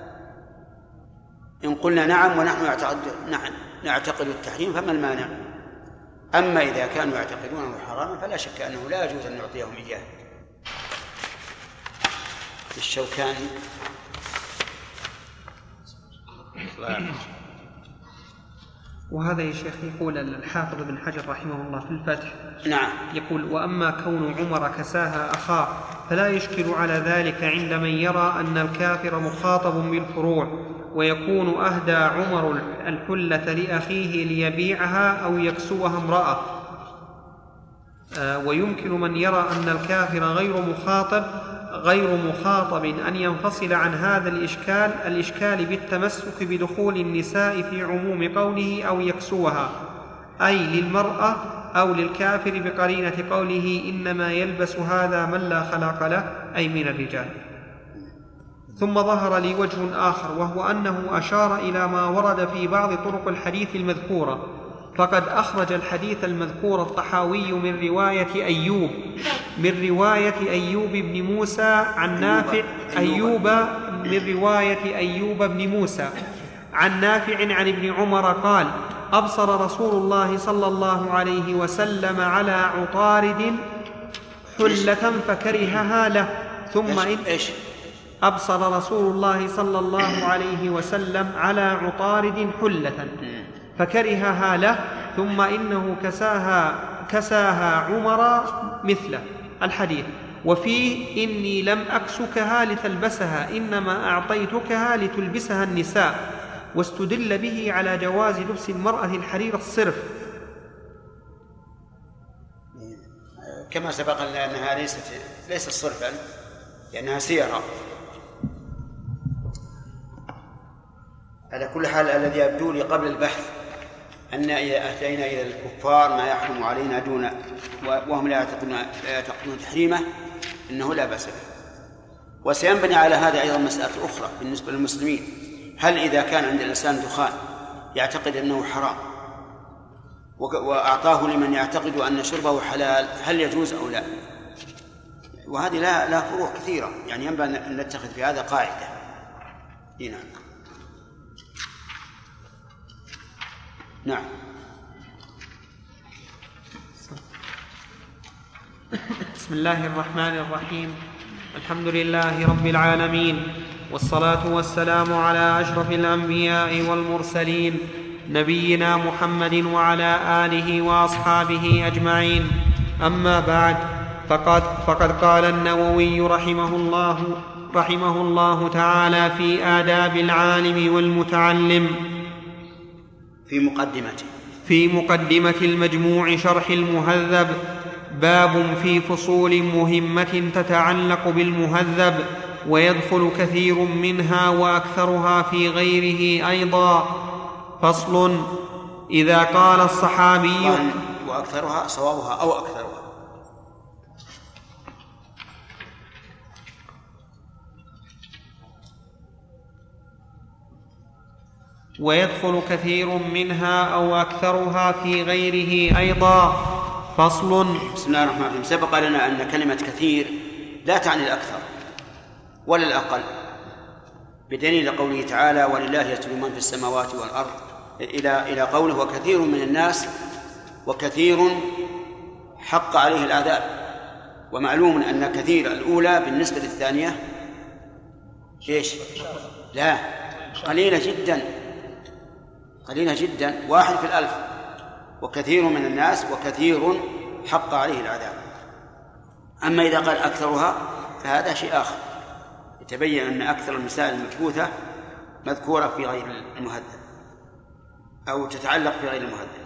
إن قلنا نعم ونحن نعتقد نعم نعتقد التحريم فما المانع؟ أما إذا كانوا يعتقدونه حراما فلا شك أنه لا يجوز أن نعطيهم إياه. الشوكاني وهذا يا شيخ يقول الحافظ بن حجر رحمه الله في الفتح، نعم، يقول: وأما كون عمر كساها أخاه فلا يشكل على ذلك عند من يرى أن الكافر مخاطب بالفروع، ويكون أهدى عمر الحلة لأخيه ليبيعها أو يكسوها امرأة. آه ويمكن من يرى أن الكافر غير مخاطب غير مخاطب أن ينفصل عن هذا الإشكال الإشكال بالتمسك بدخول النساء في عموم قوله أو يكسوها، أي للمرأة أو للكافر، بقرينة قوله إنما يلبس هذا من لا خلاق له، أي من الرجال. ثم ظهر لي وجه آخر، وهو أنه أشار إلى ما ورد في بعض طرق الحديث المذكورة، فقد أخرج الحديث المذكور الطحاوي من رواية أيوب من رواية أيوب بن موسى عن نافع أيوب من رواية أيوب بن موسى عن نافع عن ابن عمر قال: أبصر رسول الله صلى الله عليه وسلم على عطارد حلة فكرهها له، ثم إن إيش؟ أبصر رسول الله صلى الله عليه وسلم على عطارد حلة فكرهها له، ثم إنه كساها, كساها عمر مثله الحديث. وفيه: إني لم أكسكها لتلبسها، إنما أعطيتكها لتلبسها النساء. واستدل به على جواز لبس المرأة الحرير الصرف، كما سبق لنا أنها ليست ليست صرفا لأنها سيرة. على كل حال الذي يبدو لي قبل البحث أن إذا أتينا إلى الكفار ما يحرم علينا دون وهم لا يعتقدون تحريمه إنه لا بأس به. وسينبني على هذا أيضا مسألة أخرى بالنسبة للمسلمين: هل إذا كان عند الإنسان دخان يعتقد أنه حرام وأعطاه لمن يعتقد أن شربه حلال، هل يجوز أو لا؟ وهذه لا لا فروع كثيرة، يعني ينبغي أن نتخذ في هذا قاعدة. هنا نعم. بسم الله الرحمن الرحيم. الحمد لله رب العالمين، والصلاة والسلام على أشرف الأنبياء والمرسلين، نبينا محمد وعلى آله وأصحابه أجمعين. أما بعد، فقد, فقد قال النووي رحمه الله, رحمه الله تعالى في آداب العالم والمتعلم في مقدمته في مقدمة المجموع شرح المهذب: باب في فصول مهمة تتعلق بالمهذب، ويدخل كثير منها وأكثرها في غيره أيضا. فصل: إذا قال الصحابي وأكثرها صوابها أو أكثرها. ويدخل كثير منها أو أكثرها في غيره أيضا. فصل. بسم الله الرحمن الرحيم. سبق لنا أن كلمة كثير لا تعني الأكثر ولا الأقل، بدليل قوله تعالى: ولله يسجد من في السماوات والأرض، إلى إلى قوله: وكثير من الناس، وكثير حق عليه العذاب. ومعلوم أن كثير الأولى بالنسبة للثانية إيش؟ لا، قليلة جدا، قليلة جدا، واحد في الألف. وكثير من الناس وكثير حق عليه العذاب. أما إذا قال أكثرها فهذا شيء آخر، يتبين أن أكثر المسائل المبحوثة مذكورة في غير المهذب أو تتعلق في غير المهذب.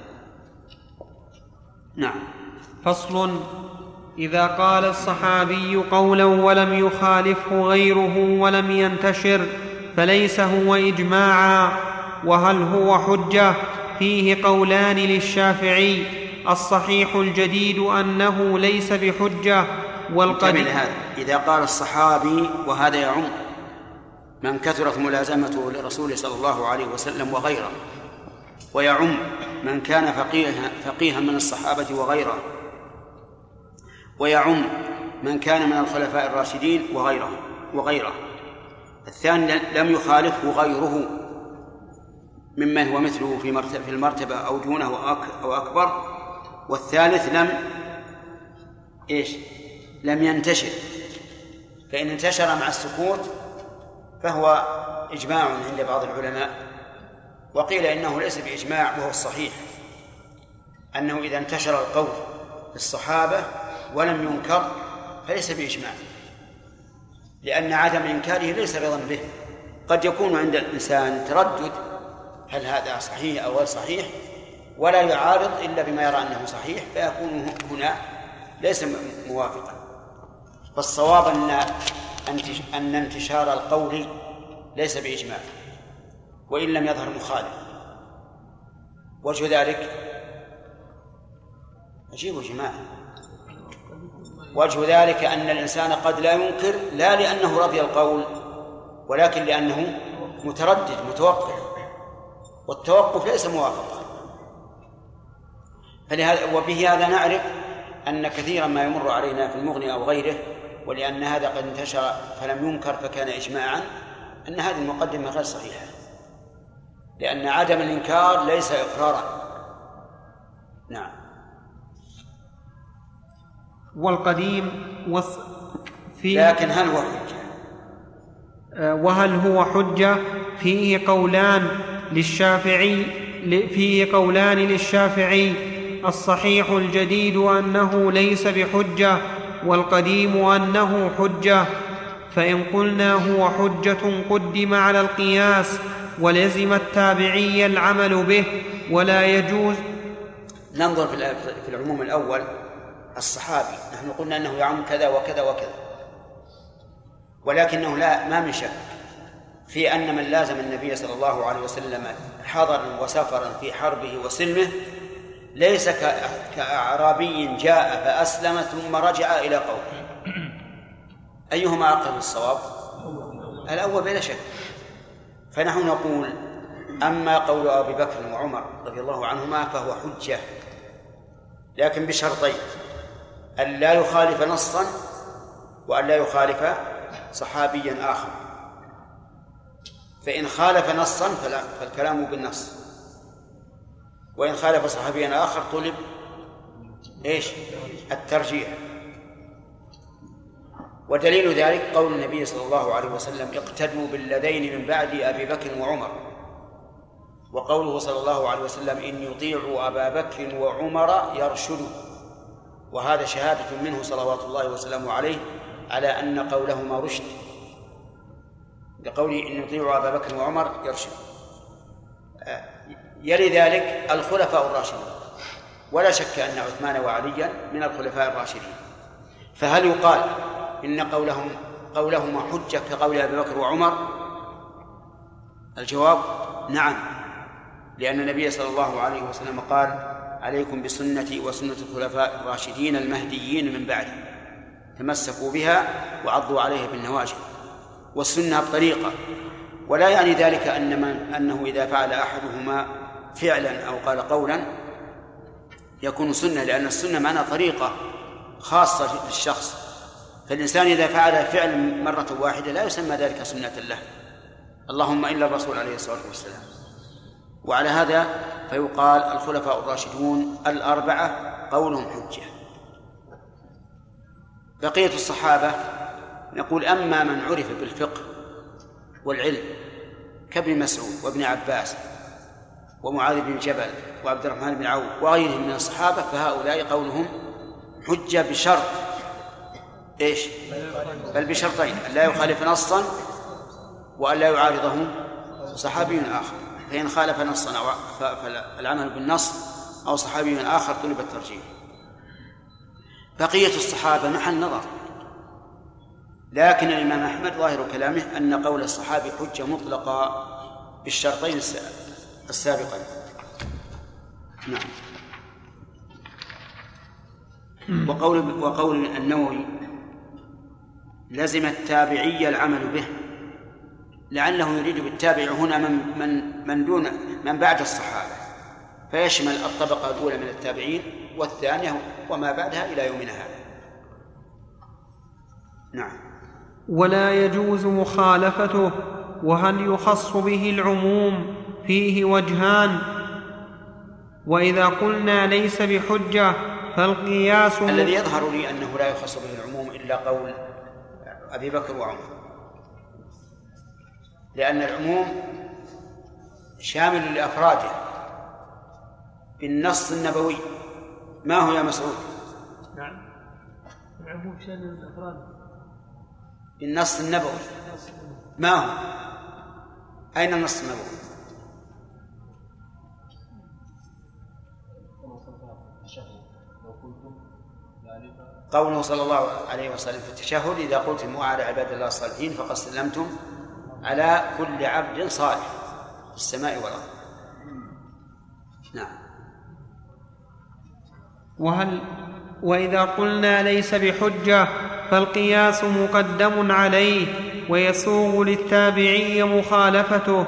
نعم. فصل. إذا قال الصحابي قولا ولم يخالفه غيره ولم ينتشر فليس هو إجماعا. وهل هو حجة؟ فيه قولان للشافعي: الصحيح الجديد أنه ليس بحجة، والقديم. إذا قال الصحابي، وهذا يعم من كثرت ملازمته لرسول صلى الله عليه وسلم وغيره، ويعم من كان فقيها, فقيها من الصحابة وغيره، ويعم من كان من الخلفاء الراشدين وغيره وغيره. الثاني لم يخالفه غيره ممن هو مثله في مرتبة, في المرتبة أو دونه أو أكبر. والثالث لم إيش؟ لم ينتشر. فإن انتشر مع السكوت فهو إجماع عند بعض العلماء. وقيل إنه ليس بإجماع، وهو الصحيح أنه إذا انتشر القول في الصحابة ولم ينكر فليس بإجماع، لأن عدم إنكاره ليس رضا به. قد يكون عند الإنسان تردد هل هذا صحيح أو غير صحيح، ولا يعارض إلا بما يرى أنه صحيح، فيكون هنا ليس موافقا. فالصواب أن أن انتشار القول ليس بإجماع وإن لم يظهر مخالف. وجه ذلك عجيب يا جماعة. وجه ذلك أن الإنسان قد لا ينكر لا لأنه رضي القول ولكن لأنه متردد متوقف، والتوقف ليس موافقة. فلهذا وبه هذا نعرف أن كثيرا ما يمر علينا في المغني أو غيره، ولأن هذا قد انتشر فلم ينكر فكان إجماعا، أن هذه المقدمة غير صحيحة، لأن عدم الإنكار ليس إقرارا. نعم. والقديم وص... في لكن هل هو حجة؟ وهل هو حجة؟ فيه قولان للشافعي فيه قولان للشافعي الصحيح الجديد أنه ليس بحجة، والقديم أنه حجة. فإن قلنا هو حجة قدم على القياس ولزم التابعي العمل به ولا يجوز. ننظر في العموم الأول الصحابي، نحن قلنا أنه يعم كذا وكذا وكذا، ولكنه لا ما من شك في أن من لازم النبي صلى الله عليه وسلم حضرا وسفرا في حربه وسلمه ليس كأعرابي جاء فأسلم ثم رجع إلى قومه. أيهما أقرب الصواب؟ الأول بلا شك. فنحن نقول أما قول أبي بكر وعمر رضي الله عنهما فهو حجة، لكن بشرطين: أن لا يخالف نصا وأن لا يخالف صحابيا آخر. فإن خالف نصا فالكلام بالنص، وإن خالف صحابيا آخر طلب إيش؟ الترجيح. ودليل ذلك قول النبي صلى الله عليه وسلم: اقتدوا بالذين من بعد أبي بكر وعمر، وقوله صلى الله عليه وسلم: إن يطيعوا أبا بكر وعمر يرشدوا. وهذا شهادة منه صلوات الله وسلامه عليه على أن قولهما رشد، لقوله إن يطيعوا أبا بكر وعمر يرشد. يلي ذلك الخلفاء الراشدون، ولا شك أن عثمان وعليا من الخلفاء الراشدين. فهل يقال إن قولهم قولهما حجة كقول أبي بكر وعمر؟ الجواب نعم، لأن النبي صلى الله عليه وسلم قال: عليكم بسنتي وسنة الخلفاء الراشدين المهديين من بعدي، تمسكوا بها وعضوا عليها بالنواجذ. والسنة بطريقة، ولا يعني ذلك أن من أنه إذا فعل أحدهما فعلا أو قال قولا يكون سنة، لأن السنة معنى طريقة خاصة للشخص. فالإنسان إذا فعل فعل مرة واحدة لا يسمى ذلك سنة له، اللهم إلا الرسول عليه الصلاة والسلام. وعلى هذا فيقال الخلفاء الراشدون الأربعة قولهم حجة. بقية الصحابة نقول: أما من عرف بالفقه والعلم كابن مسعود وابن عباس ومعاذ بن جبل وعبد الرحمن بن عوف وغيرهم من الصحابة فهؤلاء قولهم حجة بشرط إيش؟ بل بشرطين: أن لا يخالف نصا وأن لا يعارضه صحابي آخر. فإن خالف نصا فالعمل بالنص أو صحابي آخر طلب الترجيح. بقية الصحابة محل نظر، لكن الإمام أحمد ظاهر كلامه أن قول الصحابي حجة مطلقة بالشرطين السابقين. نعم. وقول وقول النووي: لزم التابعي العمل به، لعله يريد بالتابع هنا من من من دون من بعد الصحابة، فيشمل الطبقة الأولى من التابعين والثانية وما بعدها إلى يومنا هذا. نعم. ولا يجوز مخالفته. وهل يخص به العموم؟ فيه وجهان. وإذا قلنا ليس بحجة فالقياس الذي يظهر لي أنه لا يخص به العموم إلا قول أبي بكر وعمر، لأن العموم شامل لأفراده بالنص النبوي. ما هو يا مسعود؟ نعم، العموم شامل لأفراده بالنص النبوي. ما هو؟ أين النص النبوي؟ قوله صلى الله عليه وسلم في التشهد: إذا قلتم وعلى عباد الله الصالحين فقد سلمتم على كل عبد صالح في السماء والأرض. نعم. وهل وإذا قلنا ليس بحجة فالقياس مقدم عليه ويسوغ للتابعي مخالفته.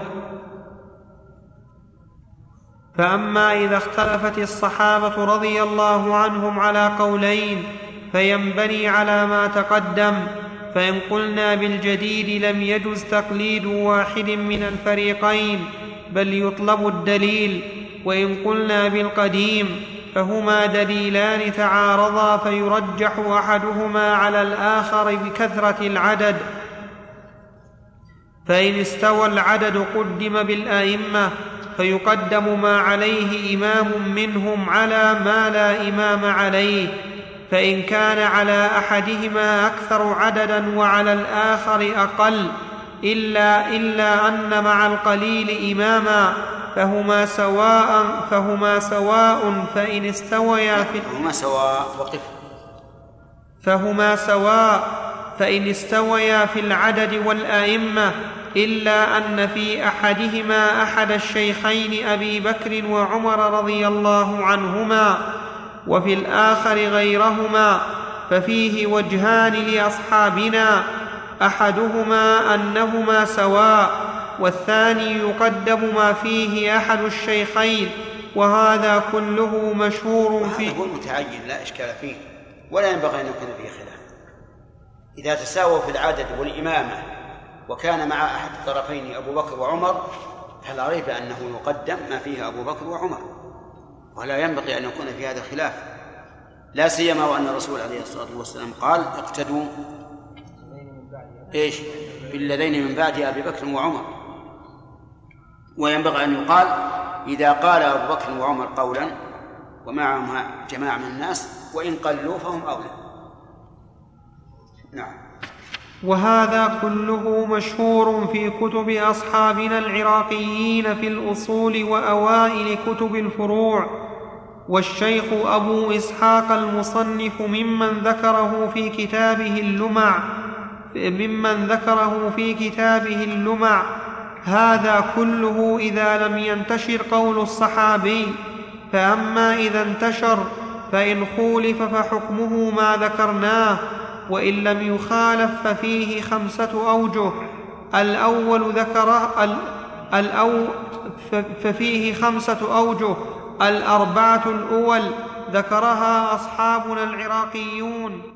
فأما إذا اختلفت الصحابة رضي الله عنهم على قولين فينبني على ما تقدم. فإن قلنا بالجديد لم يجز تقليد واحد من الفريقين بل يطلب الدليل. وإن قلنا بالقديم فهما دليلان تعارضا فيرجح أحدهما على الآخر بكثرة العدد. فإن استوى العدد قدم بالأئمة فيقدم ما عليه إمام منهم على ما لا إمام عليه. فإن كان على أحدهما أكثر عددا وعلى الآخر أقل إلا, إلا أن مع القليل إماما فهما سواء فهما سواء فإن استويا في فهما سواء وقف فهما سواء فإن استويا في العدد والأئمة إلا أن في أحدهما أحد الشيخين أبي بكر وعمر رضي الله عنهما وفي الآخر غيرهما ففيه وجهان لأصحابنا: أحدهما أنهما سواء، والثاني يقدم ما فيه أحد الشيخين، وهذا كله مشهور فيه. هذا هو المتعين لا إشكال فيه ولا ينبغي أن يكون فيه خلاف. إذا تساووا في العدد والإمامة وكان مع أحد الطرفين أبو بكر وعمر فلا ريب أنه يقدم ما فيه أبو بكر وعمر، ولا ينبغي أن يكون في هذا خلاف، لا سيما وأن الرسول عليه الصلاة والسلام قال: اقتدوا إيش بالذين من بعد أبي بكر وعمر. وينبغي أن يقال: إذا قال أبو بكر وعمر قولا ومعهم جماعة من الناس وإن قلوا فهم أولى. نعم. وهذا كله مشهور في كتب أصحابنا العراقيين في الأصول وأوائل كتب الفروع. والشيخ أبو إسحاق المصنف ممن ذكره في كتابه اللمع ممن ذكره في كتابه اللمع هذا كله إذا لم ينتشر قول الصحابي. فأما إذا انتشر فإن خولف فحكمه ما ذكرناه، وإن لم يخالف ففيه خمسة أوجه. الأول ذكره الأو ففيه خمسة أوجه. الأربعة الأول ذكرها أصحابنا العراقيون.